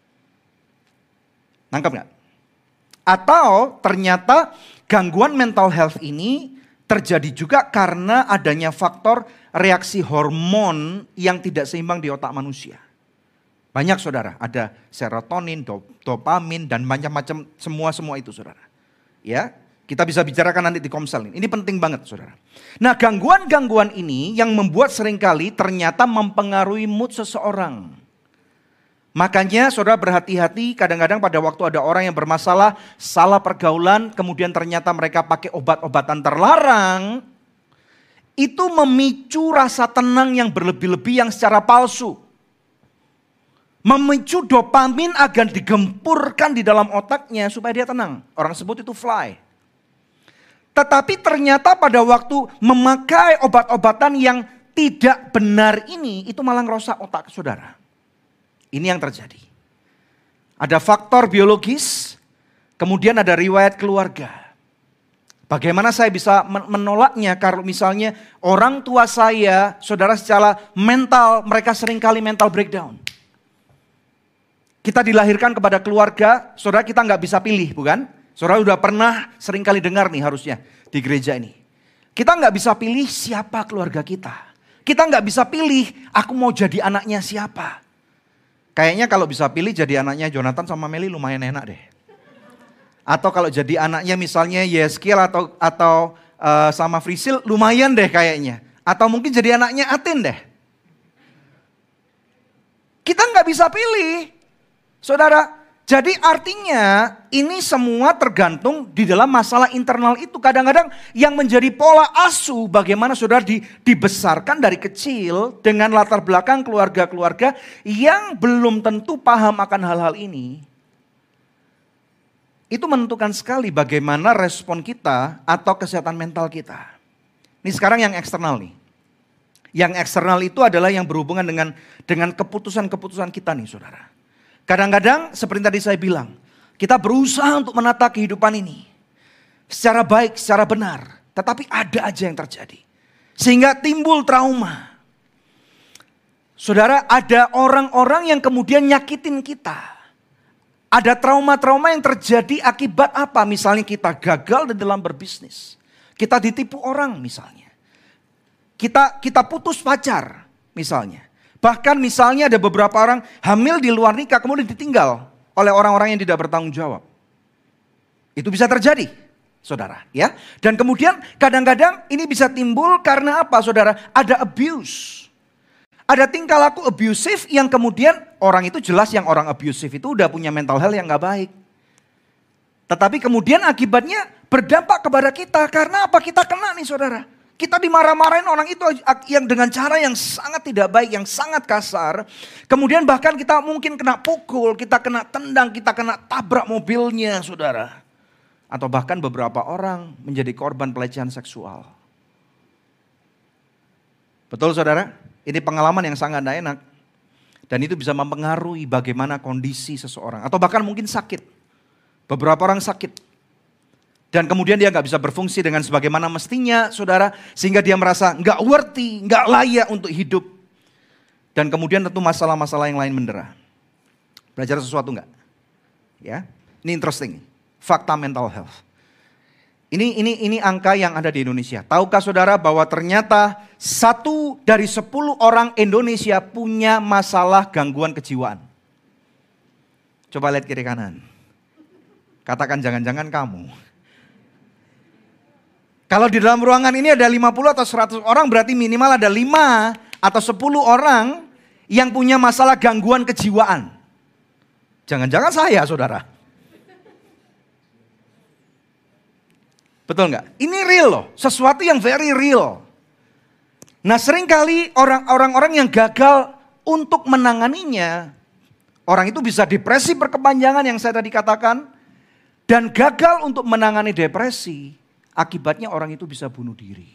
Nangkep nggak? Atau ternyata gangguan mental health ini terjadi juga karena adanya faktor reaksi hormon yang tidak seimbang di otak manusia. Banyak saudara, ada serotonin, dopamin, dan macam-macam semua-semua itu saudara. Ya, kita bisa bicarakan nanti di Komsel ini. Ini penting banget saudara. Nah, gangguan-gangguan ini yang membuat seringkali ternyata mempengaruhi mood seseorang. Makanya saudara berhati-hati, kadang-kadang pada waktu ada orang yang bermasalah, salah pergaulan, kemudian ternyata mereka pakai obat-obatan terlarang, itu memicu rasa tenang yang berlebih-lebih yang secara palsu. Memicu dopamin agar digempurkan di dalam otaknya supaya dia tenang. Orang sebut itu fly. Tetapi ternyata pada waktu memakai obat-obatan yang tidak benar ini, itu malah ngerusak otak saudara. Ini yang terjadi. Ada faktor biologis, kemudian ada riwayat keluarga. Bagaimana saya bisa menolaknya kalau misalnya orang tua saya, saudara, secara mental, mereka seringkali mental breakdown. Kita dilahirkan kepada keluarga, saudara, kita nggak bisa pilih, bukan? Saudara sudah pernah seringkali dengar nih harusnya di gereja ini. Kita nggak bisa pilih siapa keluarga kita. Kita nggak bisa pilih aku mau jadi anaknya siapa. Kayaknya kalau bisa pilih jadi anaknya Jonathan sama Meli lumayan enak deh. Atau kalau jadi anaknya misalnya Yeskiel atau atau uh, sama Frisil lumayan deh kayaknya. Atau mungkin jadi anaknya Atin deh. Kita nggak bisa pilih. Saudara, jadi artinya ini semua tergantung di dalam masalah internal itu. Kadang-kadang yang menjadi pola asuh bagaimana saudara di, dibesarkan dari kecil dengan latar belakang keluarga-keluarga yang belum tentu paham akan hal-hal ini. Itu menentukan sekali bagaimana respon kita atau kesehatan mental kita. Ini sekarang yang eksternal nih. Yang eksternal itu adalah yang berhubungan dengan dengan keputusan-keputusan kita nih saudara. Kadang-kadang seperti tadi saya bilang, kita berusaha untuk menata kehidupan ini secara baik, secara benar. Tetapi ada aja yang terjadi. Sehingga timbul trauma. Saudara, ada orang-orang yang kemudian nyakitin kita. Ada trauma-trauma yang terjadi akibat apa? Misalnya kita gagal di dalam berbisnis. Kita ditipu orang misalnya. Kita, kita putus pacar misalnya. Bahkan misalnya ada beberapa orang hamil di luar nikah kemudian ditinggal oleh orang-orang yang tidak bertanggung jawab. Itu bisa terjadi, saudara, ya. Dan kemudian kadang-kadang ini bisa timbul karena apa, saudara? Ada abuse. Ada tingkah laku abusive yang kemudian orang itu jelas yang orang abusive itu udah punya mental health yang gak baik. Tetapi kemudian akibatnya berdampak kepada kita karena apa? Kita kena nih, saudara. Kita dimarah-marahin orang itu yang dengan cara yang sangat tidak baik, yang sangat kasar. Kemudian bahkan kita mungkin kena pukul, kita kena tendang, kita kena tabrak mobilnya, saudara. Atau bahkan beberapa orang menjadi korban pelecehan seksual. Betul saudara? Ini pengalaman yang sangat tidak enak. Dan itu bisa mempengaruhi bagaimana kondisi seseorang. Atau bahkan mungkin sakit. Beberapa orang sakit. Dan kemudian dia nggak bisa berfungsi dengan sebagaimana mestinya, saudara. Sehingga dia merasa nggak worthy, nggak layak untuk hidup. Dan kemudian tentu masalah-masalah yang lain mendera. Belajar sesuatu nggak? Ya, ini interesting. Fakta mental health. Ini ini ini angka yang ada di Indonesia. Tahukah saudara bahwa ternyata satu dari sepuluh orang Indonesia punya masalah gangguan kejiwaan? Coba lihat kiri kanan. Katakan jangan-jangan kamu. Kalau di dalam ruangan ini ada lima puluh atau seratus orang, berarti minimal ada lima atau sepuluh orang yang punya masalah gangguan kejiwaan. Jangan-jangan saya, saudara. Betul nggak? Ini real loh, sesuatu yang very real. Nah seringkali orang-orang yang gagal untuk menanganinya, orang itu bisa depresi berkepanjangan yang saya tadi katakan, dan gagal untuk menangani depresi, akibatnya orang itu bisa bunuh diri.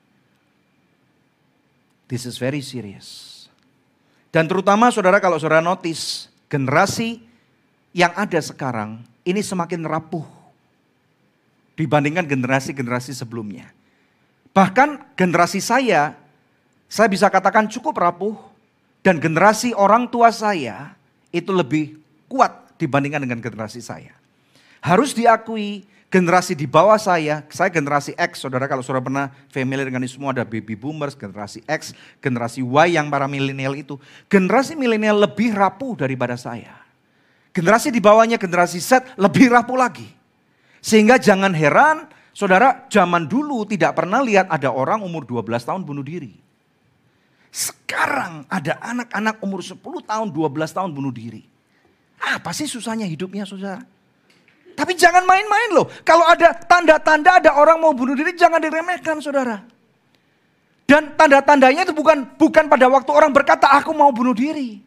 This is very serious. Dan terutama saudara kalau saudara notice, generasi yang ada sekarang ini semakin rapuh dibandingkan generasi-generasi sebelumnya. Bahkan generasi saya, saya bisa katakan cukup rapuh, dan generasi orang tua saya itu lebih kuat dibandingkan dengan generasi saya. Harus diakui generasi di bawah saya, saya generasi X, saudara kalau saudara pernah familiar dengan ini semua, ada baby boomers, generasi X, generasi Y yang para milenial itu. Generasi milenial lebih rapuh daripada saya. Generasi di bawahnya, generasi Z lebih rapuh lagi. Sehingga jangan heran, saudara zaman dulu tidak pernah lihat ada orang umur dua belas tahun bunuh diri. Sekarang ada anak-anak umur sepuluh tahun, dua belas tahun bunuh diri. Apa sih susahnya hidupnya saudara? Tapi jangan main-main loh. Kalau ada tanda-tanda ada orang mau bunuh diri, jangan diremehkan saudara. Dan tanda-tandanya itu bukan bukan pada waktu orang berkata aku mau bunuh diri.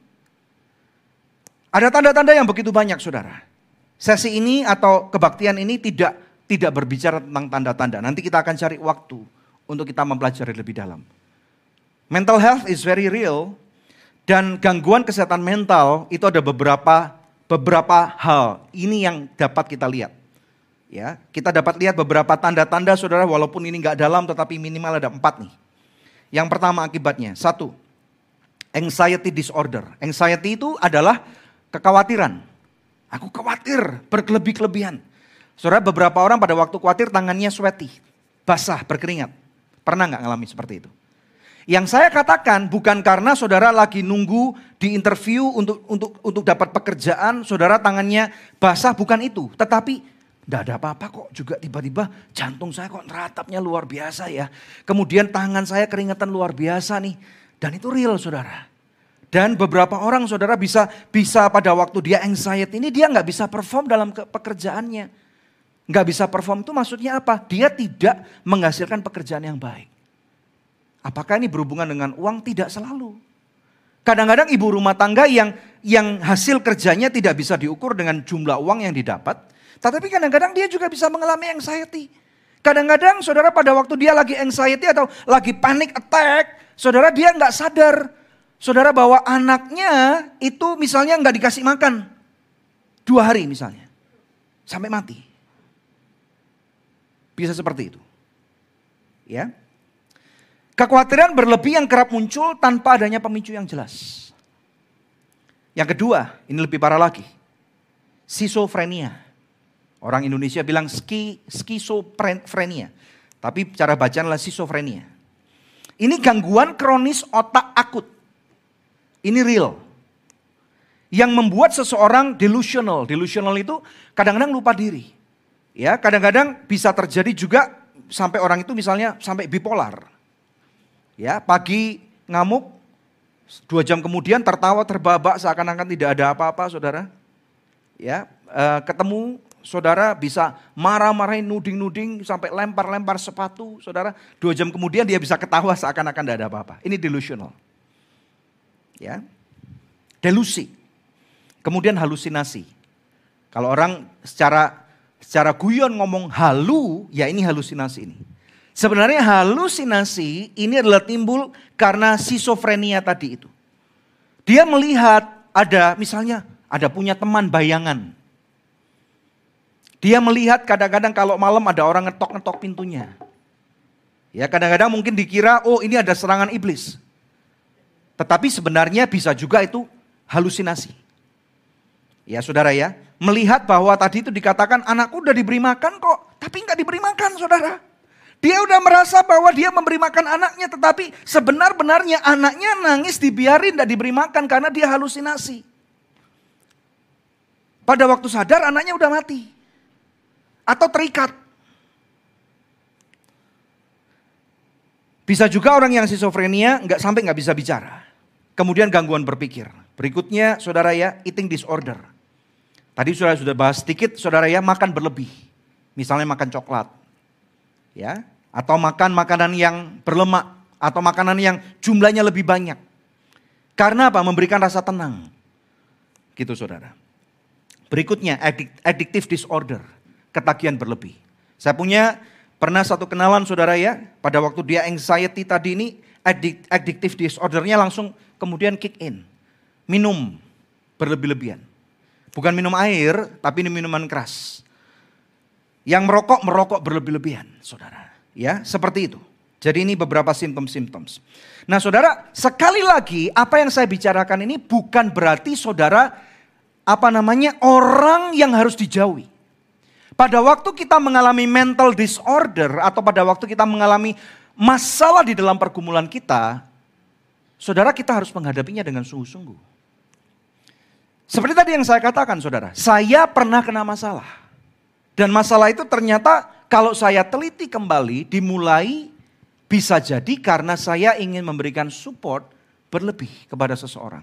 Ada tanda-tanda yang begitu banyak saudara. Sesi ini atau kebaktian ini tidak tidak berbicara tentang tanda-tanda. Nanti kita akan cari waktu untuk kita mempelajari lebih dalam. Mental health is very real. Dan gangguan kesehatan mental itu ada beberapa beberapa hal. Ini yang dapat kita lihat. Ya, kita dapat lihat beberapa tanda-tanda saudara, walaupun ini nggak dalam tetapi minimal ada empat nih. Yang pertama akibatnya, satu, anxiety disorder. Anxiety itu adalah kekhawatiran. Aku khawatir, berkelebih-kelebihan. Saudara, beberapa orang pada waktu khawatir tangannya sweaty, basah, berkeringat. Pernah nggak ngalami seperti itu? Yang saya katakan bukan karena saudara lagi nunggu di interview untuk untuk untuk dapat pekerjaan, saudara tangannya basah, bukan itu. Tetapi tidak ada apa-apa kok, juga tiba-tiba jantung saya kok neratapnya luar biasa ya. Kemudian tangan saya keringetan luar biasa nih. Dan itu real saudara. Dan beberapa orang saudara bisa bisa pada waktu dia anxiety ini dia nggak bisa perform dalam pekerjaannya. Nggak bisa perform itu maksudnya apa? Dia tidak menghasilkan pekerjaan yang baik. Apakah ini berhubungan dengan uang? Tidak selalu. Kadang-kadang ibu rumah tangga yang yang hasil kerjanya tidak bisa diukur dengan jumlah uang yang didapat. Tetapi kadang-kadang dia juga bisa mengalami anxiety. Kadang-kadang saudara pada waktu dia lagi anxiety atau lagi panic attack, saudara dia nggak sadar. Saudara bahwa anaknya itu misalnya nggak dikasih makan. Dua hari misalnya. Sampai mati. Bisa seperti itu. Ya. Kekhawatiran berlebih yang kerap muncul tanpa adanya pemicu yang jelas. Yang kedua, ini lebih parah lagi. Schizophrenia. Orang Indonesia bilang ski, skizofrenia. Tapi cara bacaan adalah schizophrenia. Ini gangguan kronis otak akut. Ini real. Yang membuat seseorang delusional. Delusional itu kadang-kadang lupa diri. Ya, kadang-kadang bisa terjadi juga sampai orang itu misalnya sampai bipolar. Ya, pagi ngamuk, dua jam kemudian tertawa terbabak seakan-akan tidak ada apa-apa, saudara. Ya, e, ketemu saudara bisa marah-marahin, nuding-nuding sampai lempar-lempar sepatu, saudara. Dua jam kemudian dia bisa ketawa seakan-akan tidak ada apa-apa. Ini delusional. Ya, delusi. Kemudian halusinasi. Kalau orang secara secara guyon ngomong halu, ya ini halusinasi ini. Sebenarnya halusinasi ini adalah timbul karena schizophrenia tadi itu. Dia melihat ada misalnya ada punya teman bayangan. Dia melihat kadang-kadang kalau malam ada orang ngetok-ngetok pintunya. Ya kadang-kadang mungkin dikira oh ini ada serangan iblis. Tetapi sebenarnya bisa juga itu halusinasi. Ya saudara ya, melihat bahwa tadi itu dikatakan anakku udah diberi makan kok, tapi nggak diberi makan saudara. Dia udah merasa bahwa dia memberi makan anaknya, tetapi sebenar-benarnya anaknya nangis dibiarin, tidak diberi makan karena dia halusinasi. Pada waktu sadar anaknya udah mati. Atau terikat. Bisa juga orang yang schizophrenia nggak sampai nggak bisa bicara. Kemudian gangguan berpikir. Berikutnya saudara ya, eating disorder. Tadi saudara sudah bahas sedikit saudara ya, makan berlebih. Misalnya makan coklat. ya, atau makan makanan yang berlemak, atau makanan yang jumlahnya lebih banyak. Karena apa? Memberikan rasa tenang. Gitu saudara. Berikutnya, addictive disorder, ketagihan berlebih. Saya punya pernah satu kenalan saudara ya, pada waktu dia anxiety tadi ini, addictive disordernya langsung kemudian kick in. Minum berlebih-lebihan. Bukan minum air, tapi ini minuman keras. Yang merokok, merokok berlebih-lebihan, saudara. Ya, seperti itu. Jadi ini beberapa simptom-simptom. Nah saudara, sekali lagi apa yang saya bicarakan ini bukan berarti saudara, apa namanya, orang yang harus dijauhi. Pada waktu kita mengalami mental disorder atau pada waktu kita mengalami masalah di dalam pergumulan kita, saudara, kita harus menghadapinya dengan sungguh-sungguh. Seperti tadi yang saya katakan saudara, saya pernah kena masalah. Dan masalah itu ternyata kalau saya teliti kembali dimulai bisa jadi karena saya ingin memberikan support berlebih kepada seseorang.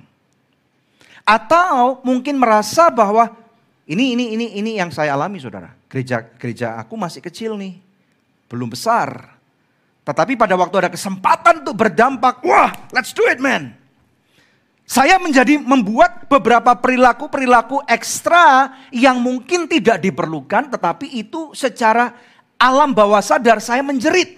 Atau mungkin merasa bahwa ini ini ini ini yang saya alami saudara. Gereja gereja aku masih kecil nih, belum besar. Tetapi pada waktu ada kesempatan untuk berdampak, wah, let's do it man. Saya menjadi membuat beberapa perilaku-perilaku ekstra yang mungkin tidak diperlukan, tetapi itu secara alam bawah sadar saya menjerit.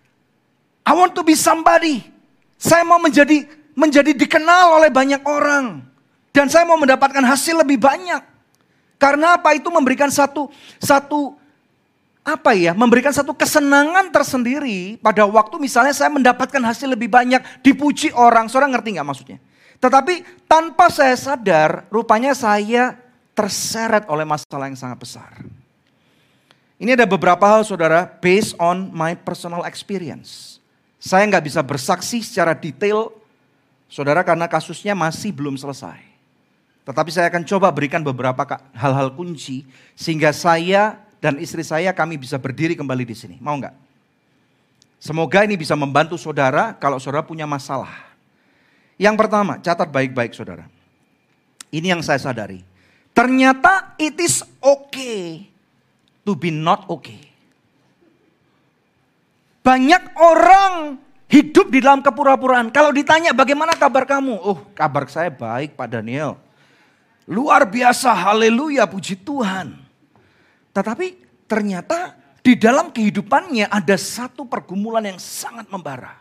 I want to be somebody. Saya mau menjadi menjadi dikenal oleh banyak orang. Dan saya mau mendapatkan hasil lebih banyak. Karena apa? Itu memberikan satu satu apa ya? Memberikan satu kesenangan tersendiri pada waktu misalnya saya mendapatkan hasil lebih banyak, dipuji orang. Saudara ngerti nggak maksudnya? Tetapi tanpa saya sadar, rupanya saya terseret oleh masalah yang sangat besar. Ini ada beberapa hal saudara, based on my personal experience. Saya nggak bisa bersaksi secara detail, saudara, karena kasusnya masih belum selesai. Tetapi saya akan coba berikan beberapa hal-hal kunci, sehingga saya dan istri saya kami bisa berdiri kembali di sini. Mau nggak? Semoga ini bisa membantu saudara kalau saudara punya masalah. Yang pertama, catat baik-baik saudara. Ini yang saya sadari. Ternyata it is okay to be not okay. Banyak orang hidup di dalam kepura-puraan. Kalau ditanya bagaimana kabar kamu? Oh, kabar saya baik Pak Daniel. Luar biasa, haleluya, puji Tuhan. Tetapi ternyata di dalam kehidupannya ada satu pergumulan yang sangat membara.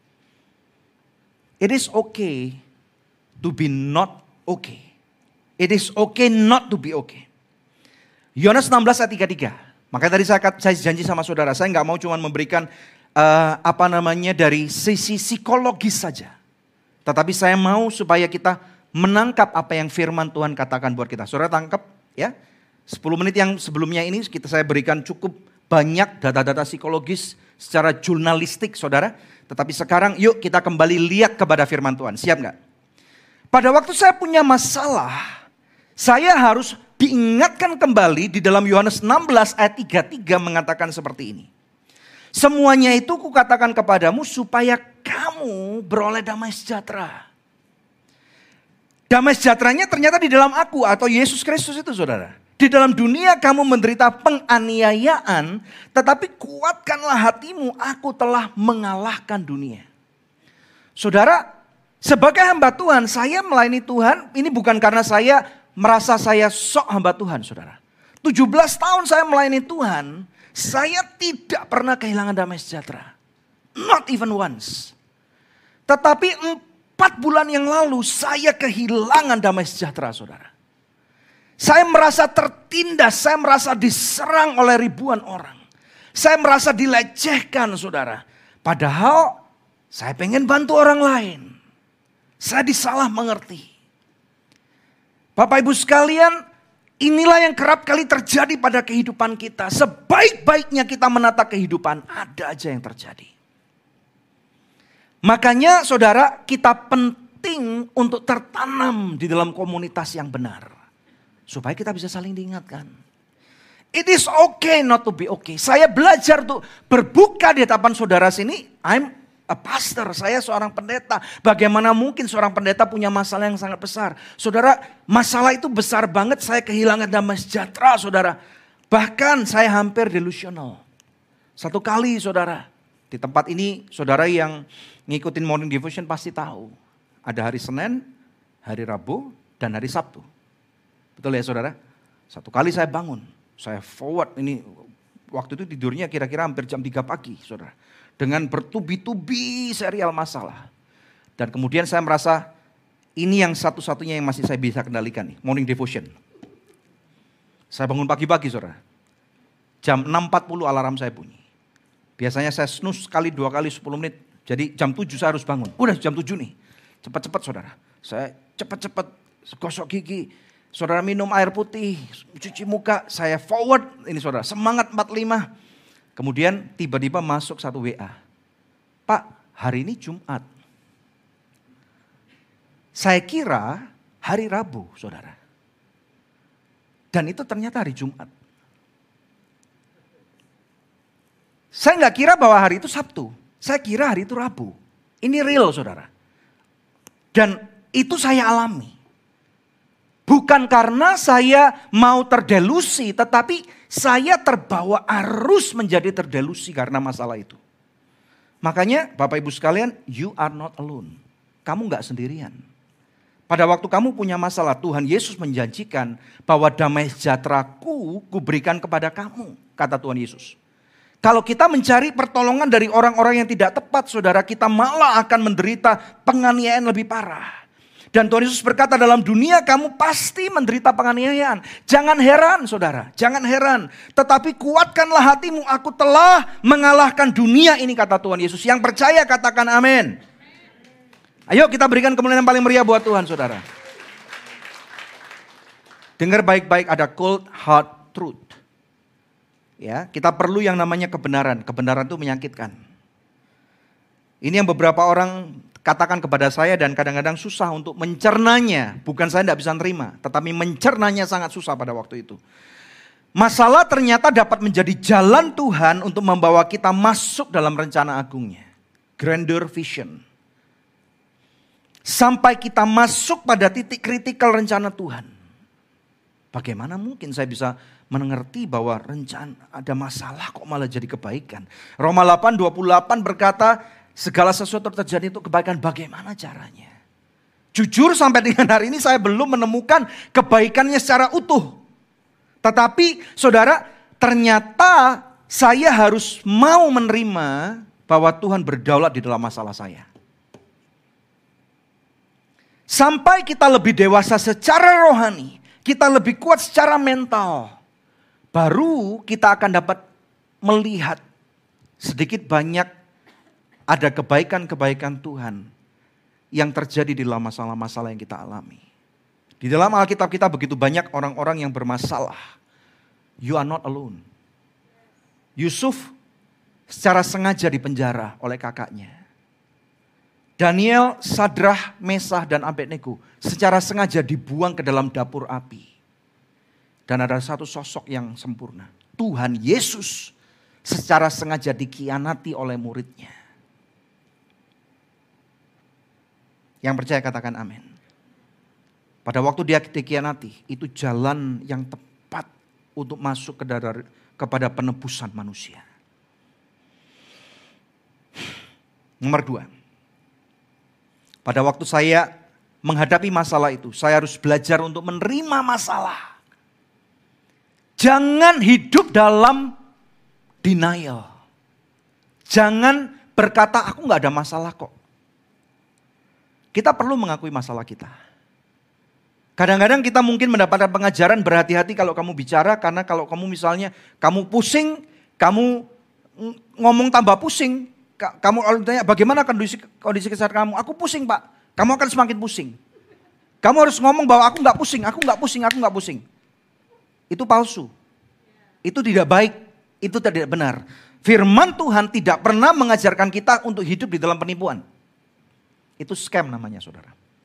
It is okay to be not okay. It is okay not to be okay. Yohanes enam belas ayat tiga puluh tiga. Makanya tadi saya, saya janji sama saudara, saya nggak mau cuma memberikan uh, apa namanya dari sisi psikologis saja. Tetapi saya mau supaya kita menangkap apa yang firman Tuhan katakan buat kita. Saudara tangkap ya. sepuluh menit yang sebelumnya ini kita saya berikan cukup banyak data-data psikologis secara jurnalistik saudara. Tetapi sekarang yuk kita kembali lihat kepada firman Tuhan. Siap nggak? Pada waktu saya punya masalah, saya harus diingatkan kembali di dalam Yohanes enam belas ayat tiga puluh tiga mengatakan seperti ini. Semuanya itu kukatakan kepadamu supaya kamu beroleh damai sejahtera. Damai sejahteranya ternyata di dalam aku atau Yesus Kristus itu saudara. Di dalam dunia kamu menderita penganiayaan, tetapi kuatkanlah hatimu, aku telah mengalahkan dunia. Saudara, sebagai hamba Tuhan, saya melayani Tuhan, ini bukan karena saya merasa saya sok hamba Tuhan, saudara. tujuh belas tahun saya melayani Tuhan, saya tidak pernah kehilangan damai sejahtera. Not even once. Tetapi empat bulan yang lalu, saya kehilangan damai sejahtera, saudara. Saya merasa tertindas, saya merasa diserang oleh ribuan orang. Saya merasa dilecehkan saudara. Padahal saya pengen bantu orang lain. Saya disalah mengerti. Bapak Ibu sekalian, inilah yang kerap kali terjadi pada kehidupan kita. Sebaik-baiknya kita menata kehidupan, ada aja yang terjadi. Makanya saudara, kita penting untuk tertanam di dalam komunitas yang benar. Supaya kita bisa saling diingatkan. It is okay not to be okay. Saya belajar untuk berbuka di hadapan saudara sini. I'm a pastor, saya seorang pendeta. Bagaimana mungkin seorang pendeta punya masalah yang sangat besar. Saudara, masalah itu besar banget. Saya kehilangan damai sejahtera saudara. Bahkan saya hampir delusional. Satu kali saudara, di tempat ini saudara yang ngikutin morning devotion pasti tahu. Ada hari Senin, hari Rabu, dan hari Sabtu. Betul ya saudara? Satu kali saya bangun, saya forward ini, waktu itu tidurnya kira-kira hampir jam tiga pagi saudara. Dengan bertubi-tubi serial masalah. Dan kemudian saya merasa ini yang satu-satunya yang masih saya bisa kendalikan nih, morning devotion. Saya bangun pagi-pagi saudara. Jam enam empat puluh alarm saya bunyi. Biasanya saya snooze sekali, dua kali, sepuluh menit. Jadi jam tujuh saya harus bangun. Udah jam tujuh nih. Cepat-cepat saudara. Saya cepat-cepat gosok gigi. Saudara minum air putih, cuci muka. Saya forward ini saudara. Semangat empat puluh lima. Kemudian tiba-tiba masuk satu W A. Pak, hari ini Jumat. Saya kira hari Rabu saudara. Dan itu ternyata hari Jumat. Saya nggak kira bahwa hari itu Sabtu. Saya kira hari itu Rabu. Ini real saudara. Dan itu saya alami. Bukan karena saya mau terdelusi, tetapi saya terbawa arus menjadi terdelusi karena masalah itu. Makanya Bapak Ibu sekalian, you are not alone. Kamu nggak sendirian. Pada waktu kamu punya masalah, Tuhan Yesus menjanjikan bahwa damai sejahtera-Ku kuberikan kepada kamu, kata Tuhan Yesus. Kalau kita mencari pertolongan dari orang-orang yang tidak tepat, saudara, kita malah akan menderita penganiayaan lebih parah. Dan Tuhan Yesus berkata, dalam dunia kamu pasti menderita penganiayaan. Jangan heran saudara, jangan heran. Tetapi kuatkanlah hatimu, aku telah mengalahkan dunia ini, kata Tuhan Yesus. Yang percaya katakan amin. Ayo kita berikan kemuliaan yang paling meriah buat Tuhan saudara. Dengar baik-baik, ada cold hard truth. Ya, kita perlu yang namanya kebenaran. Kebenaran itu menyakitkan. Ini yang beberapa orang katakan kepada saya dan kadang-kadang susah untuk mencernanya. Bukan saya tidak bisa nerima, tetapi mencernanya sangat susah pada waktu itu. Masalah ternyata dapat menjadi jalan Tuhan untuk membawa kita masuk dalam rencana agungnya. Grandeur vision. Sampai kita masuk pada titik kritikal rencana Tuhan. Bagaimana mungkin saya bisa mengerti bahwa rencana ada masalah kok malah jadi kebaikan. Roma delapan dua puluh delapan berkata segala sesuatu terjadi untuk kebaikan, bagaimana caranya. Jujur sampai dengan hari ini saya belum menemukan kebaikannya secara utuh. Tetapi saudara, ternyata saya harus mau menerima bahwa Tuhan berdaulat di dalam masalah saya. Sampai kita lebih dewasa secara rohani, kita lebih kuat secara mental, baru kita akan dapat melihat sedikit banyak ada kebaikan-kebaikan Tuhan yang terjadi di dalam masalah-masalah yang kita alami. Di dalam Alkitab kita begitu banyak orang-orang yang bermasalah. You are not alone. Yusuf secara sengaja dipenjara oleh kakaknya. Daniel, Sadrah, Mesah, dan Abednego secara sengaja dibuang ke dalam dapur api. Dan ada satu sosok yang sempurna. Tuhan Yesus secara sengaja dikhianati oleh muridnya. Yang percaya katakan amin. Pada waktu dia dikhianati, itu jalan yang tepat untuk masuk ke dalam, kepada penebusan manusia. Nomor dua. Pada waktu saya menghadapi masalah itu, saya harus belajar untuk menerima masalah. Jangan hidup dalam denial. Jangan berkata, aku gak ada masalah kok. Kita perlu mengakui masalah kita. Kadang-kadang kita mungkin mendapatkan pengajaran berhati-hati kalau kamu bicara. Karena kalau kamu misalnya, kamu pusing, kamu ngomong tambah pusing. Kamu tanya bagaimana kondisi, kondisi kesehatan kamu? Aku pusing pak. Kamu akan semakin pusing. Kamu harus ngomong bahwa aku gak pusing, aku gak pusing, aku gak pusing. Itu palsu. Itu tidak baik. Itu tidak benar. Firman Tuhan tidak pernah mengajarkan kita untuk hidup di dalam penipuan. Itu scam namanya saudara.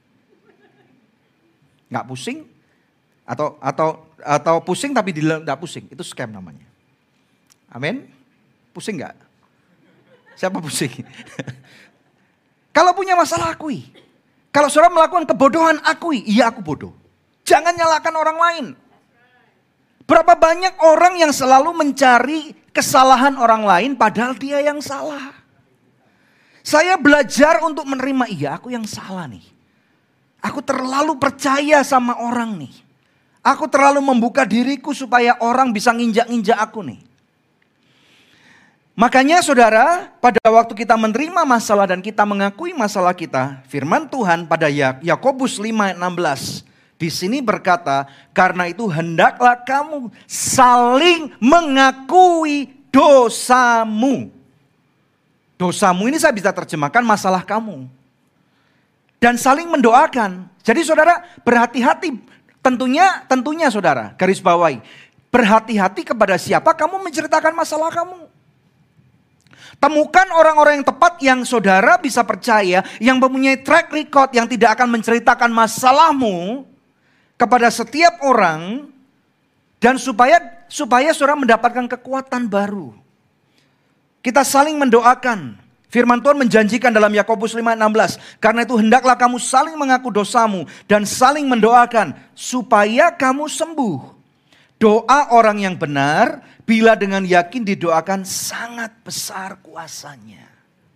Gak pusing. Atau atau atau pusing tapi tidak pusing. Itu scam namanya. Amin. Pusing gak? Siapa pusing? Kalau punya masalah akui. Kalau saudara melakukan kebodohan akui. Iya aku bodoh. Jangan nyalakan orang lain. Berapa banyak orang yang selalu mencari kesalahan orang lain padahal dia yang salah. Saya belajar untuk menerima, iya aku yang salah nih. Aku terlalu percaya sama orang nih. Aku terlalu membuka diriku supaya orang bisa nginjak-nginjak aku nih. Makanya saudara, pada waktu kita menerima masalah dan kita mengakui masalah kita, firman Tuhan pada Yakobus lima ayat enam belas. Di sini berkata, karena itu hendaklah kamu saling mengakui dosamu. Dosamu ini saya bisa terjemahkan masalah kamu. Dan saling mendoakan. Jadi saudara berhati-hati. Tentunya, tentunya saudara garis bawahi. Berhati-hati kepada siapa kamu menceritakan masalah kamu. Temukan orang-orang yang tepat yang saudara bisa percaya. Yang mempunyai track record yang tidak akan menceritakan masalahmu kepada setiap orang, dan supaya supaya saudara mendapatkan kekuatan baru. Kita saling mendoakan. Firman Tuhan menjanjikan dalam Yakobus lima ayat enam belas, karena itu hendaklah kamu saling mengaku dosamu dan saling mendoakan supaya kamu sembuh. Doa orang yang benar bila dengan yakin didoakan sangat besar kuasanya.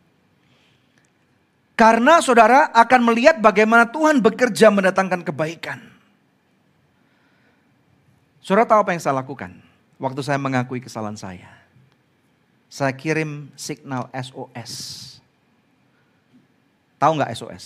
Karena saudara akan melihat bagaimana Tuhan bekerja mendatangkan kebaikan. Saudara tahu apa yang saya lakukan waktu saya mengakui kesalahan saya? Saya kirim signal S O S. Tahu nggak S O S?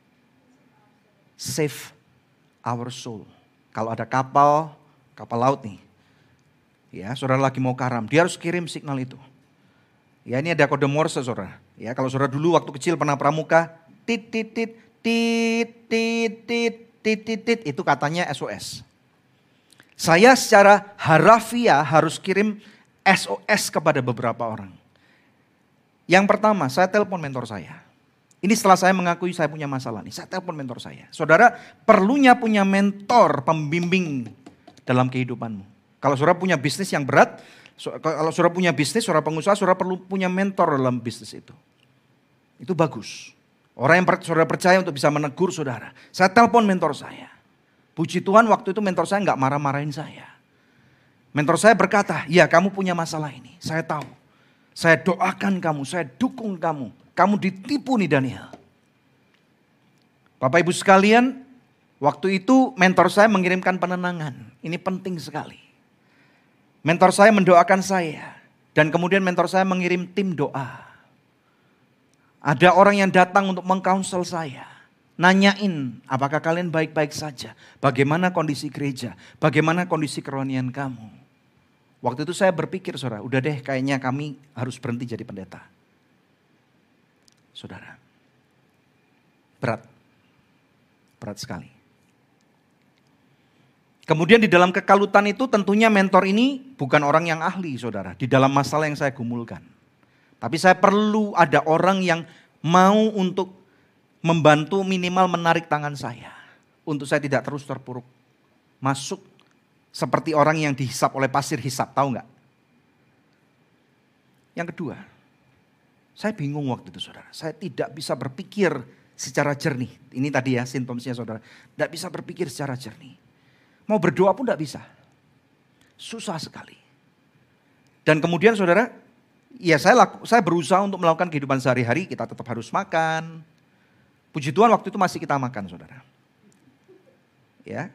Save our soul. Kalau ada kapal, kapal laut nih. Ya, saudara lagi mau karam, dia harus kirim signal itu. Ya, ini ada kode Morse saudara. Ya, kalau saudara dulu waktu kecil pernah pramuka, tit tit tit tit tit tit tit tit tit, itu katanya S O S. Saya secara harafiah harus kirim S O S kepada beberapa orang. Yang pertama, saya telepon mentor saya. Ini setelah saya mengakui saya punya masalah nih, saya telepon mentor saya. Saudara perlunya punya mentor, pembimbing dalam kehidupanmu. Kalau saudara punya bisnis yang berat, kalau saudara punya bisnis, saudara pengusaha, saudara perlu punya mentor dalam bisnis itu. Itu bagus. Orang yang saudara percaya untuk bisa menegur saudara. Saya telepon mentor saya. Puji Tuhan waktu itu mentor saya nggak marah-marahin saya. Mentor saya berkata, ya kamu punya masalah ini, saya tahu. Saya doakan kamu, saya dukung kamu. Kamu ditipu nih Daniel. Bapak Ibu sekalian, waktu itu mentor saya mengirimkan penenangan. Ini penting sekali. Mentor saya mendoakan saya. Dan kemudian mentor saya mengirim tim doa. Ada orang yang datang untuk mengkaunsel saya. Nanyain, apakah kalian baik-baik saja? Bagaimana kondisi gereja? Bagaimana kondisi kerohanian kamu? Waktu itu saya berpikir, saudara, udah deh kayaknya kami harus berhenti jadi pendeta. Saudara, berat. Berat sekali. Kemudian di dalam kekalutan itu tentunya mentor ini bukan orang yang ahli, saudara. Di dalam masalah yang saya gumulkan. Tapi saya perlu ada orang yang mau untuk membantu minimal menarik tangan saya. Untuk saya tidak terus terpuruk. Masuk seperti orang yang dihisap oleh pasir hisap, tahu nggak? Yang kedua, saya bingung waktu itu saudara. Saya tidak bisa berpikir secara jernih. Ini tadi ya simptomnya saudara. Tidak bisa berpikir secara jernih. Mau berdoa pun tidak bisa. Susah sekali. Dan kemudian saudara, ya saya, laku, saya berusaha untuk melakukan kehidupan sehari-hari. Kita tetap harus makan. Puji Tuhan waktu itu masih kita makan saudara. Ya.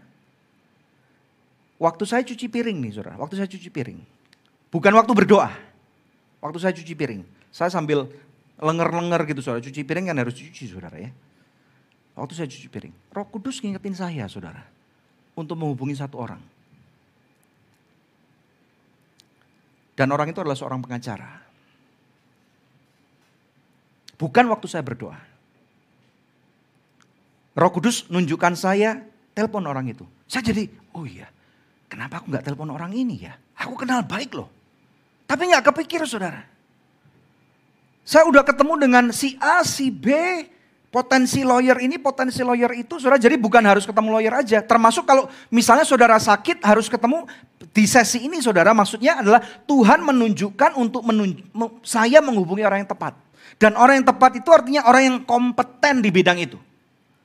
Waktu saya cuci piring nih saudara. Waktu saya cuci piring. Bukan waktu berdoa. Waktu saya cuci piring. Saya sambil lenger-lenger gitu saudara. Cuci piring kan harus cuci saudara ya. Waktu saya cuci piring. Roh Kudus ngingetin saya saudara. Untuk menghubungi satu orang. Dan orang itu adalah seorang pengacara. Bukan waktu saya berdoa. Roh Kudus nunjukkan saya, telepon orang itu. Saya jadi, oh iya, kenapa aku gak telepon orang ini ya? Aku kenal baik loh. Tapi gak kepikir saudara. Saya udah ketemu dengan si A, si B, potensi lawyer ini, potensi lawyer itu. Saudara, jadi bukan harus ketemu lawyer aja. Termasuk kalau misalnya saudara sakit harus ketemu di sesi ini saudara. Maksudnya adalah Tuhan menunjukkan untuk menunj saya menghubungi orang yang tepat. Dan orang yang tepat itu artinya orang yang kompeten di bidang itu.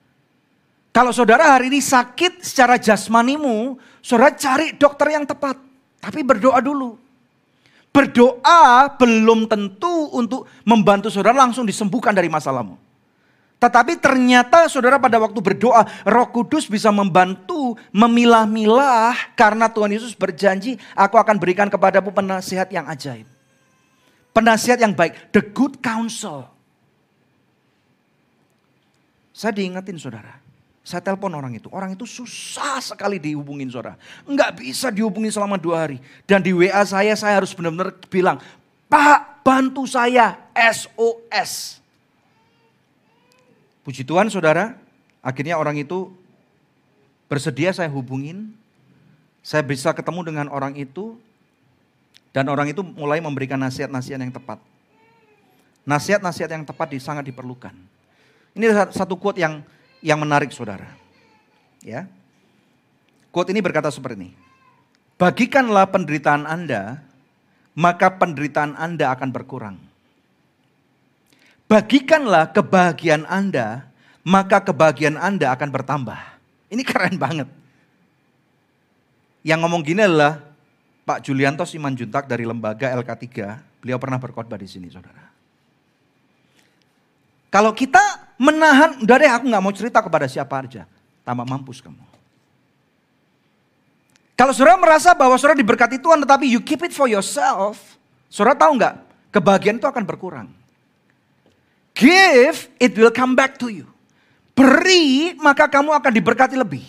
Kalau saudara hari ini sakit secara jasmanimu, saudara cari dokter yang tepat. Tapi berdoa dulu. Berdoa belum tentu untuk membantu saudara langsung disembuhkan dari masalahmu. Tetapi ternyata saudara pada waktu berdoa, Roh Kudus bisa membantu memilah-milah karena Tuhan Yesus berjanji, aku akan berikan kepadamu penasihat yang ajaib. Penasihat yang baik, the good counsel. Saya diingetin saudara, saya telepon orang itu. Orang itu susah sekali dihubungin saudara. Enggak bisa dihubungin selama dua hari. Dan di W A saya, saya harus benar-benar bilang, Pak bantu saya S O S. Puji Tuhan saudara, akhirnya orang itu bersedia saya hubungin. Saya bisa ketemu dengan orang itu. Dan orang itu mulai memberikan nasihat-nasihat yang tepat. Nasihat-nasihat yang tepat sangat diperlukan. Ini satu quote yang yang menarik saudara. Ya. Quote ini berkata seperti ini. Bagikanlah penderitaan Anda, maka penderitaan Anda akan berkurang. Bagikanlah kebahagiaan Anda, maka kebahagiaan Anda akan bertambah. Ini keren banget. Yang ngomong gini adalah Pak Julianto Simanjuntak dari lembaga L K tiga. Beliau pernah berkhotbah di sini saudara. Kalau kita menahan, udah deh aku gak mau cerita kepada siapa aja. Tambah mampus kamu. Kalau saudara merasa bahwa saudara diberkati Tuhan tetapi you keep it for yourself. Saudara tahu gak? Kebahagiaan itu akan berkurang. Give, it will come back to you. Beri, maka kamu akan diberkati lebih.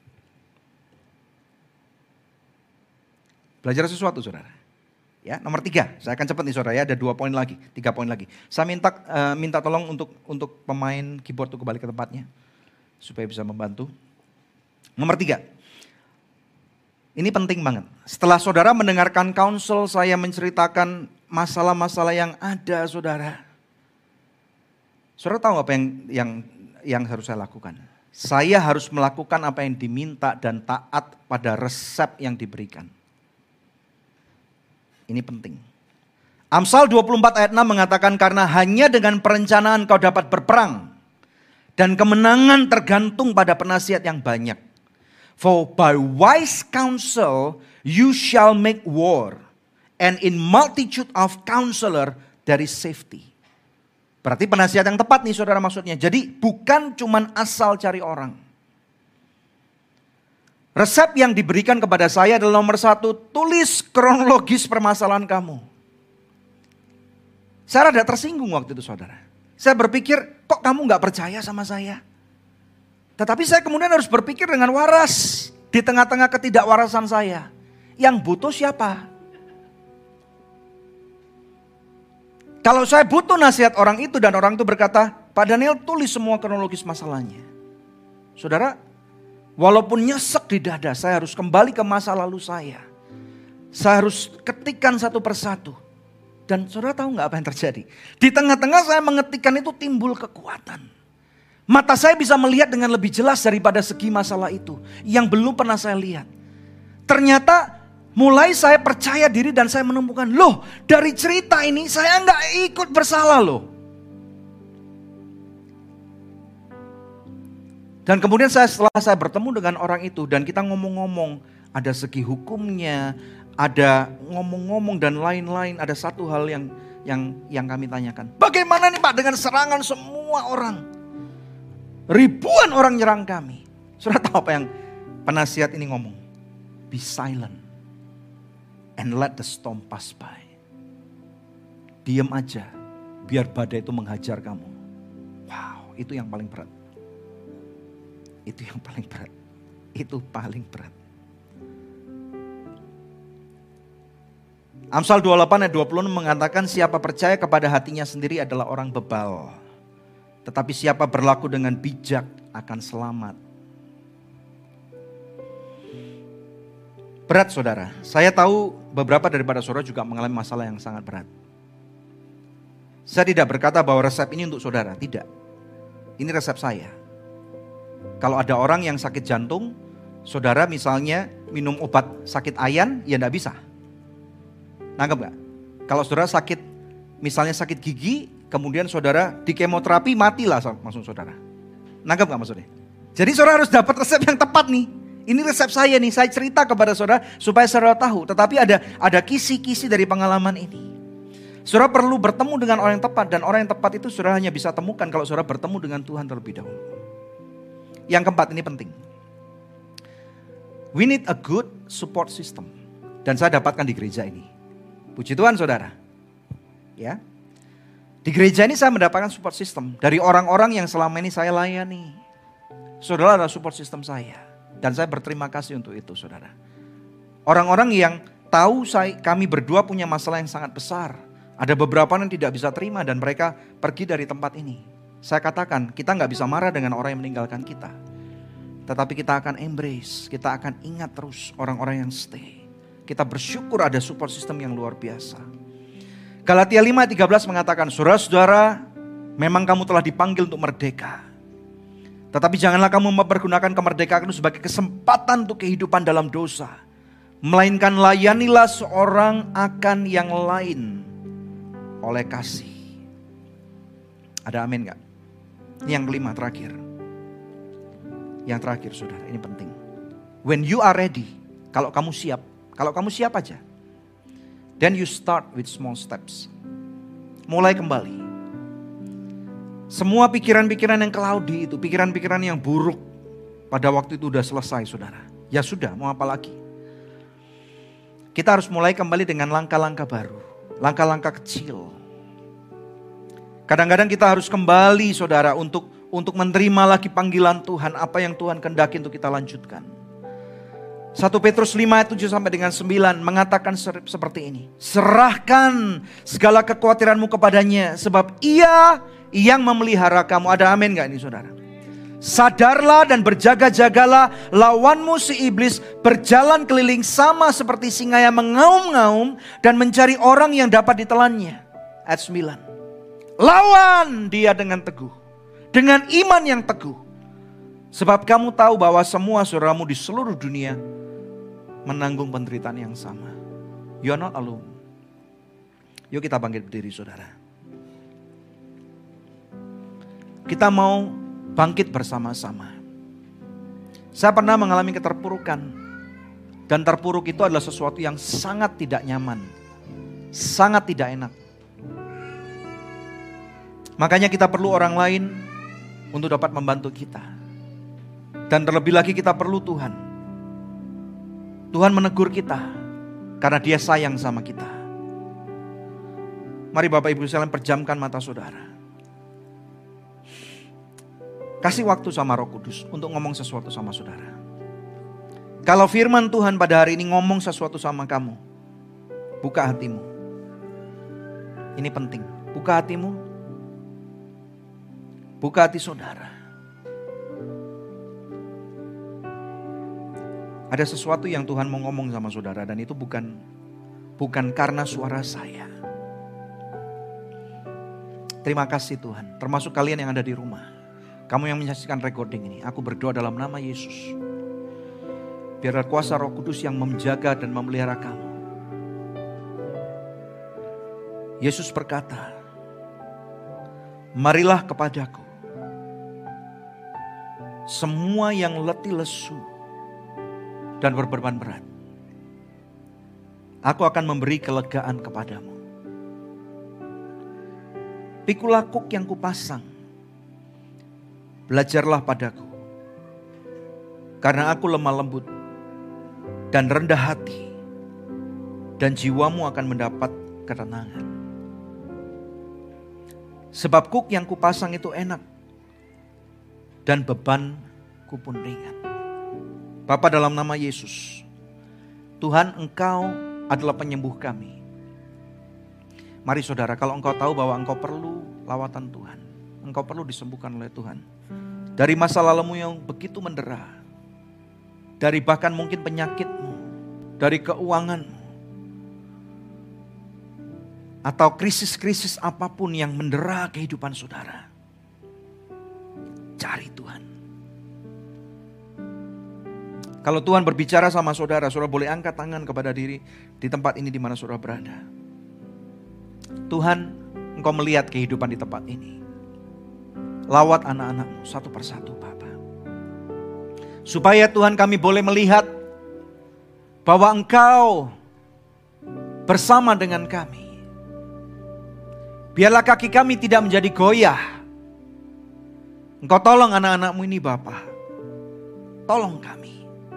Belajar sesuatu saudara. Ya, nomor tiga, saya akan cepat nih saudara ya, ada dua poin lagi, tiga poin lagi. Saya minta uh, minta tolong untuk untuk pemain keyboard untuk kembali ke tempatnya, supaya bisa membantu. Nomor tiga, ini penting banget. Setelah saudara mendengarkan counsel, saya menceritakan masalah-masalah yang ada saudara. Saudara tahu apa yang yang yang harus saya lakukan? Saya harus melakukan apa yang diminta dan taat pada resep yang diberikan. Ini penting. Amsal dua puluh empat ayat enam mengatakan karena hanya dengan perencanaan kau dapat berperang dan kemenangan tergantung pada penasihat yang banyak. For by wise counsel you shall make war and in multitude of counselor there is safety. Berarti penasihat yang tepat nih saudara maksudnya. Jadi bukan cuman asal cari orang. Resep yang diberikan kepada saya adalah nomor satu, tulis kronologis permasalahan kamu. Saya rada tersinggung waktu itu saudara. Saya berpikir kok kamu gak percaya sama saya. Tetapi saya kemudian harus berpikir dengan waras. Di tengah-tengah ketidakwarasan saya. Yang butuh siapa? Kalau saya butuh nasihat orang itu dan orang itu berkata, Pak Daniel tulis semua kronologis masalahnya. Saudara, walaupun nyesek di dada, saya harus kembali ke masa lalu saya. Saya harus ketikkan satu persatu. Dan saudara tahu gak apa yang terjadi? Di tengah-tengah saya mengetikkan itu timbul kekuatan. Mata saya bisa melihat dengan lebih jelas daripada segi masalah itu. Yang belum pernah saya lihat. Ternyata mulai saya percaya diri dan saya menemukan, loh dari cerita ini saya nggak ikut bersalah loh. Dan kemudian saya setelah saya bertemu dengan orang itu dan kita ngomong-ngomong, ada segi hukumnya, ada ngomong-ngomong dan lain-lain, ada satu hal yang yang yang kami tanyakan. Bagaimana nih Pak dengan serangan semua orang? Ribuan orang nyerang kami. Saudara tahu apa yang penasihat ini ngomong? Be silent. And let the storm pass by. Diam aja, biar badai itu menghajar kamu. Wow, itu yang paling berat. Itu yang paling berat. Itu paling berat. Amsal dua puluh delapan ayat dua puluh enam mengatakan siapa percaya kepada hatinya sendiri adalah orang bebal. Tetapi siapa berlaku dengan bijak akan selamat. Berat saudara, saya tahu beberapa daripada saudara juga mengalami masalah yang sangat berat. Saya tidak berkata bahwa resep ini untuk saudara, tidak. Ini resep saya. Kalau ada orang yang sakit jantung, saudara misalnya minum obat sakit ayan, ya enggak bisa. Nangkep gak? Kalau saudara sakit, misalnya sakit gigi, kemudian saudara di kemoterapi, matilah maksud saudara. Nangkep gak maksudnya? Jadi saudara harus dapat resep yang tepat nih. Ini resep saya nih, saya cerita kepada saudara supaya saudara tahu. Tetapi ada ada kisi-kisi dari pengalaman ini. Saudara perlu bertemu dengan orang yang tepat, dan orang yang tepat itu saudara hanya bisa temukan kalau saudara bertemu dengan Tuhan terlebih dahulu. Yang keempat, ini penting. We need a good support system. Dan saya dapatkan di gereja ini. Puji Tuhan saudara. Ya. Di gereja ini saya mendapatkan support system dari orang-orang yang selama ini saya layani. Saudara adalah support system saya. Dan saya berterima kasih untuk itu saudara. Orang-orang yang tahu saya, kami berdua punya masalah yang sangat besar. Ada beberapa yang tidak bisa terima dan mereka pergi dari tempat ini. Saya katakan kita gak bisa marah dengan orang yang meninggalkan kita. Tetapi kita akan embrace, kita akan ingat terus orang-orang yang stay. Kita bersyukur ada support system yang luar biasa. Galatia lima ayat tiga belas mengatakan, saudara-saudara memang kamu telah dipanggil untuk merdeka. Tetapi janganlah kamu mempergunakan kemerdekaan itu sebagai kesempatan untuk kehidupan dalam dosa. Melainkan layanilah seorang akan yang lain oleh kasih. Ada amin gak? Ini yang kelima terakhir. Yang terakhir saudara, ini penting. When you are ready, kalau kamu siap, kalau kamu siap aja. Then you start with small steps. Mulai kembali. Semua pikiran-pikiran yang cloudy itu, pikiran-pikiran yang buruk pada waktu itu udah selesai saudara. Ya sudah, mau apa lagi? Kita harus mulai kembali dengan langkah-langkah baru. Langkah-langkah kecil. Kadang-kadang kita harus kembali saudara untuk untuk menerima lagi panggilan Tuhan. Apa yang Tuhan kehendaki untuk kita lanjutkan. satu Petrus lima ayat tujuh sampai dengan sembilan mengatakan seperti ini. Serahkan segala kekhawatiranmu kepadanya sebab ia yang memelihara kamu. Ada amin gak ini saudara? Sadarlah dan berjaga-jagalah, lawanmu si iblis berjalan keliling sama seperti singa yang mengaum-ngaum dan mencari orang yang dapat ditelannya. Ayat sembilan. Lawan dia dengan teguh, dengan iman yang teguh. Sebab kamu tahu bahwa semua saudaramu di seluruh dunia menanggung penderitaan yang sama. You are not alone. Yuk kita bangkit berdiri saudara. Kita mau bangkit bersama-sama. Saya pernah mengalami keterpurukan. Dan terpuruk itu adalah sesuatu yang sangat tidak nyaman. Sangat tidak enak. Makanya kita perlu orang lain untuk dapat membantu kita. Dan terlebih lagi kita perlu Tuhan. Tuhan menegur kita. Karena dia sayang sama kita. Mari Bapak Ibu sekalian pejamkan mata saudara. Kasih waktu sama Roh Kudus untuk ngomong sesuatu sama saudara. Kalau firman Tuhan pada hari ini ngomong sesuatu sama kamu, buka hatimu. Ini penting. Buka hatimu. Buka hati saudara. Ada sesuatu yang Tuhan mau ngomong sama saudara dan itu bukan bukan karena suara saya. Terima kasih Tuhan. Termasuk kalian yang ada di rumah. Kamu yang menyaksikan recording ini, aku berdoa dalam nama Yesus. Biarlah kuasa Roh Kudus yang menjaga dan memelihara kamu. Yesus berkata, marilah kepadaku, semua yang letih lesu dan berbeban berat. Aku akan memberi kelegaan kepadamu. Pikulah kuk yang kupasang. Belajarlah padaku, karena aku lemah lembut dan rendah hati, dan jiwamu akan mendapat ketenangan. Sebab kuk yang kupasang itu enak, dan bebanku pun ringan. Bapa dalam nama Yesus, Tuhan Engkau adalah penyembuh kami. Mari saudara, kalau engkau tahu bahwa engkau perlu lawatan Tuhan, engkau perlu disembuhkan oleh Tuhan. Dari masa lalumu yang begitu mendera. Dari bahkan mungkin penyakitmu. Dari keuanganmu. Atau krisis-krisis apapun yang mendera kehidupan saudara. Cari Tuhan. Kalau Tuhan berbicara sama saudara, saudara boleh angkat tangan kepada diri di tempat ini di mana saudara berada. Tuhan, Engkau melihat kehidupan di tempat ini. Lawat anak-anakmu satu persatu Bapa. Supaya Tuhan kami boleh melihat bahwa Engkau bersama dengan kami. Biarlah kaki kami tidak menjadi goyah. Engkau tolong anak-anak-Mu ini Bapa. Tolong kami.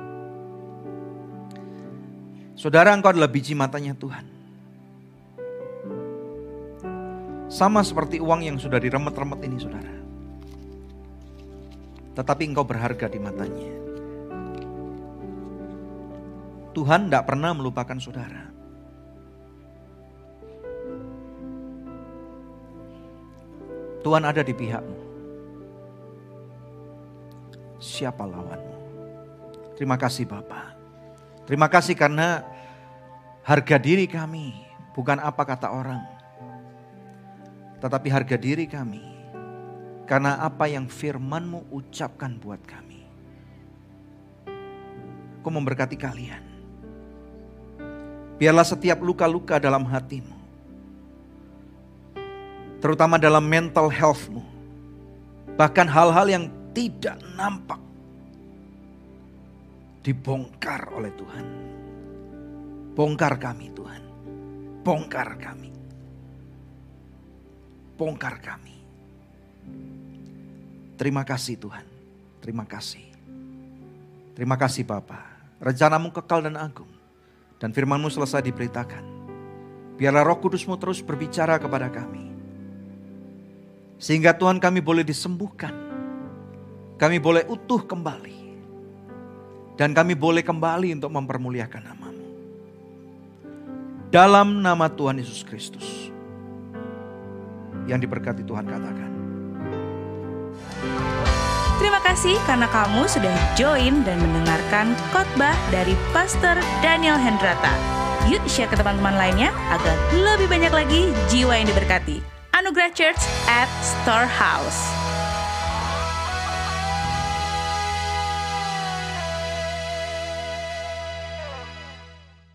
Saudara, Engkau adalah biji matanya Tuhan. Sama seperti uang yang sudah diremet-remet ini saudara. Tetapi Engkau berharga di matanya. Tuhan tidak pernah melupakan saudara. Tuhan ada di pihakmu. Siapa lawanmu? Terima kasih Bapa. Terima kasih karena harga diri kami bukan apa kata orang. Tetapi harga diri kami karena apa yang firman-Mu ucapkan buat kami. Aku memberkati kalian. Biarlah setiap luka-luka dalam hatimu, terutama dalam mental health-mu, bahkan hal-hal yang tidak nampak, dibongkar oleh Tuhan. Bongkar kami Tuhan. Bongkar kami. Bongkar kami. Terima kasih Tuhan. Terima kasih. Terima kasih Bapa. Rencana-Mu kekal dan agung. Dan firman-Mu selesai diberitakan. Biarlah Roh Kudus-Mu terus berbicara kepada kami. Sehingga Tuhan kami boleh disembuhkan. Kami boleh utuh kembali. Dan kami boleh kembali untuk mempermuliakan nama-Mu. Dalam nama Tuhan Yesus Kristus. Yang diberkati Tuhan katakan. Terima kasih karena kamu sudah join dan mendengarkan khotbah dari Pastor Daniel Hendrata. Yuk share ke teman-teman lainnya agar lebih banyak lagi jiwa yang diberkati. Anugerah Church at Storehouse.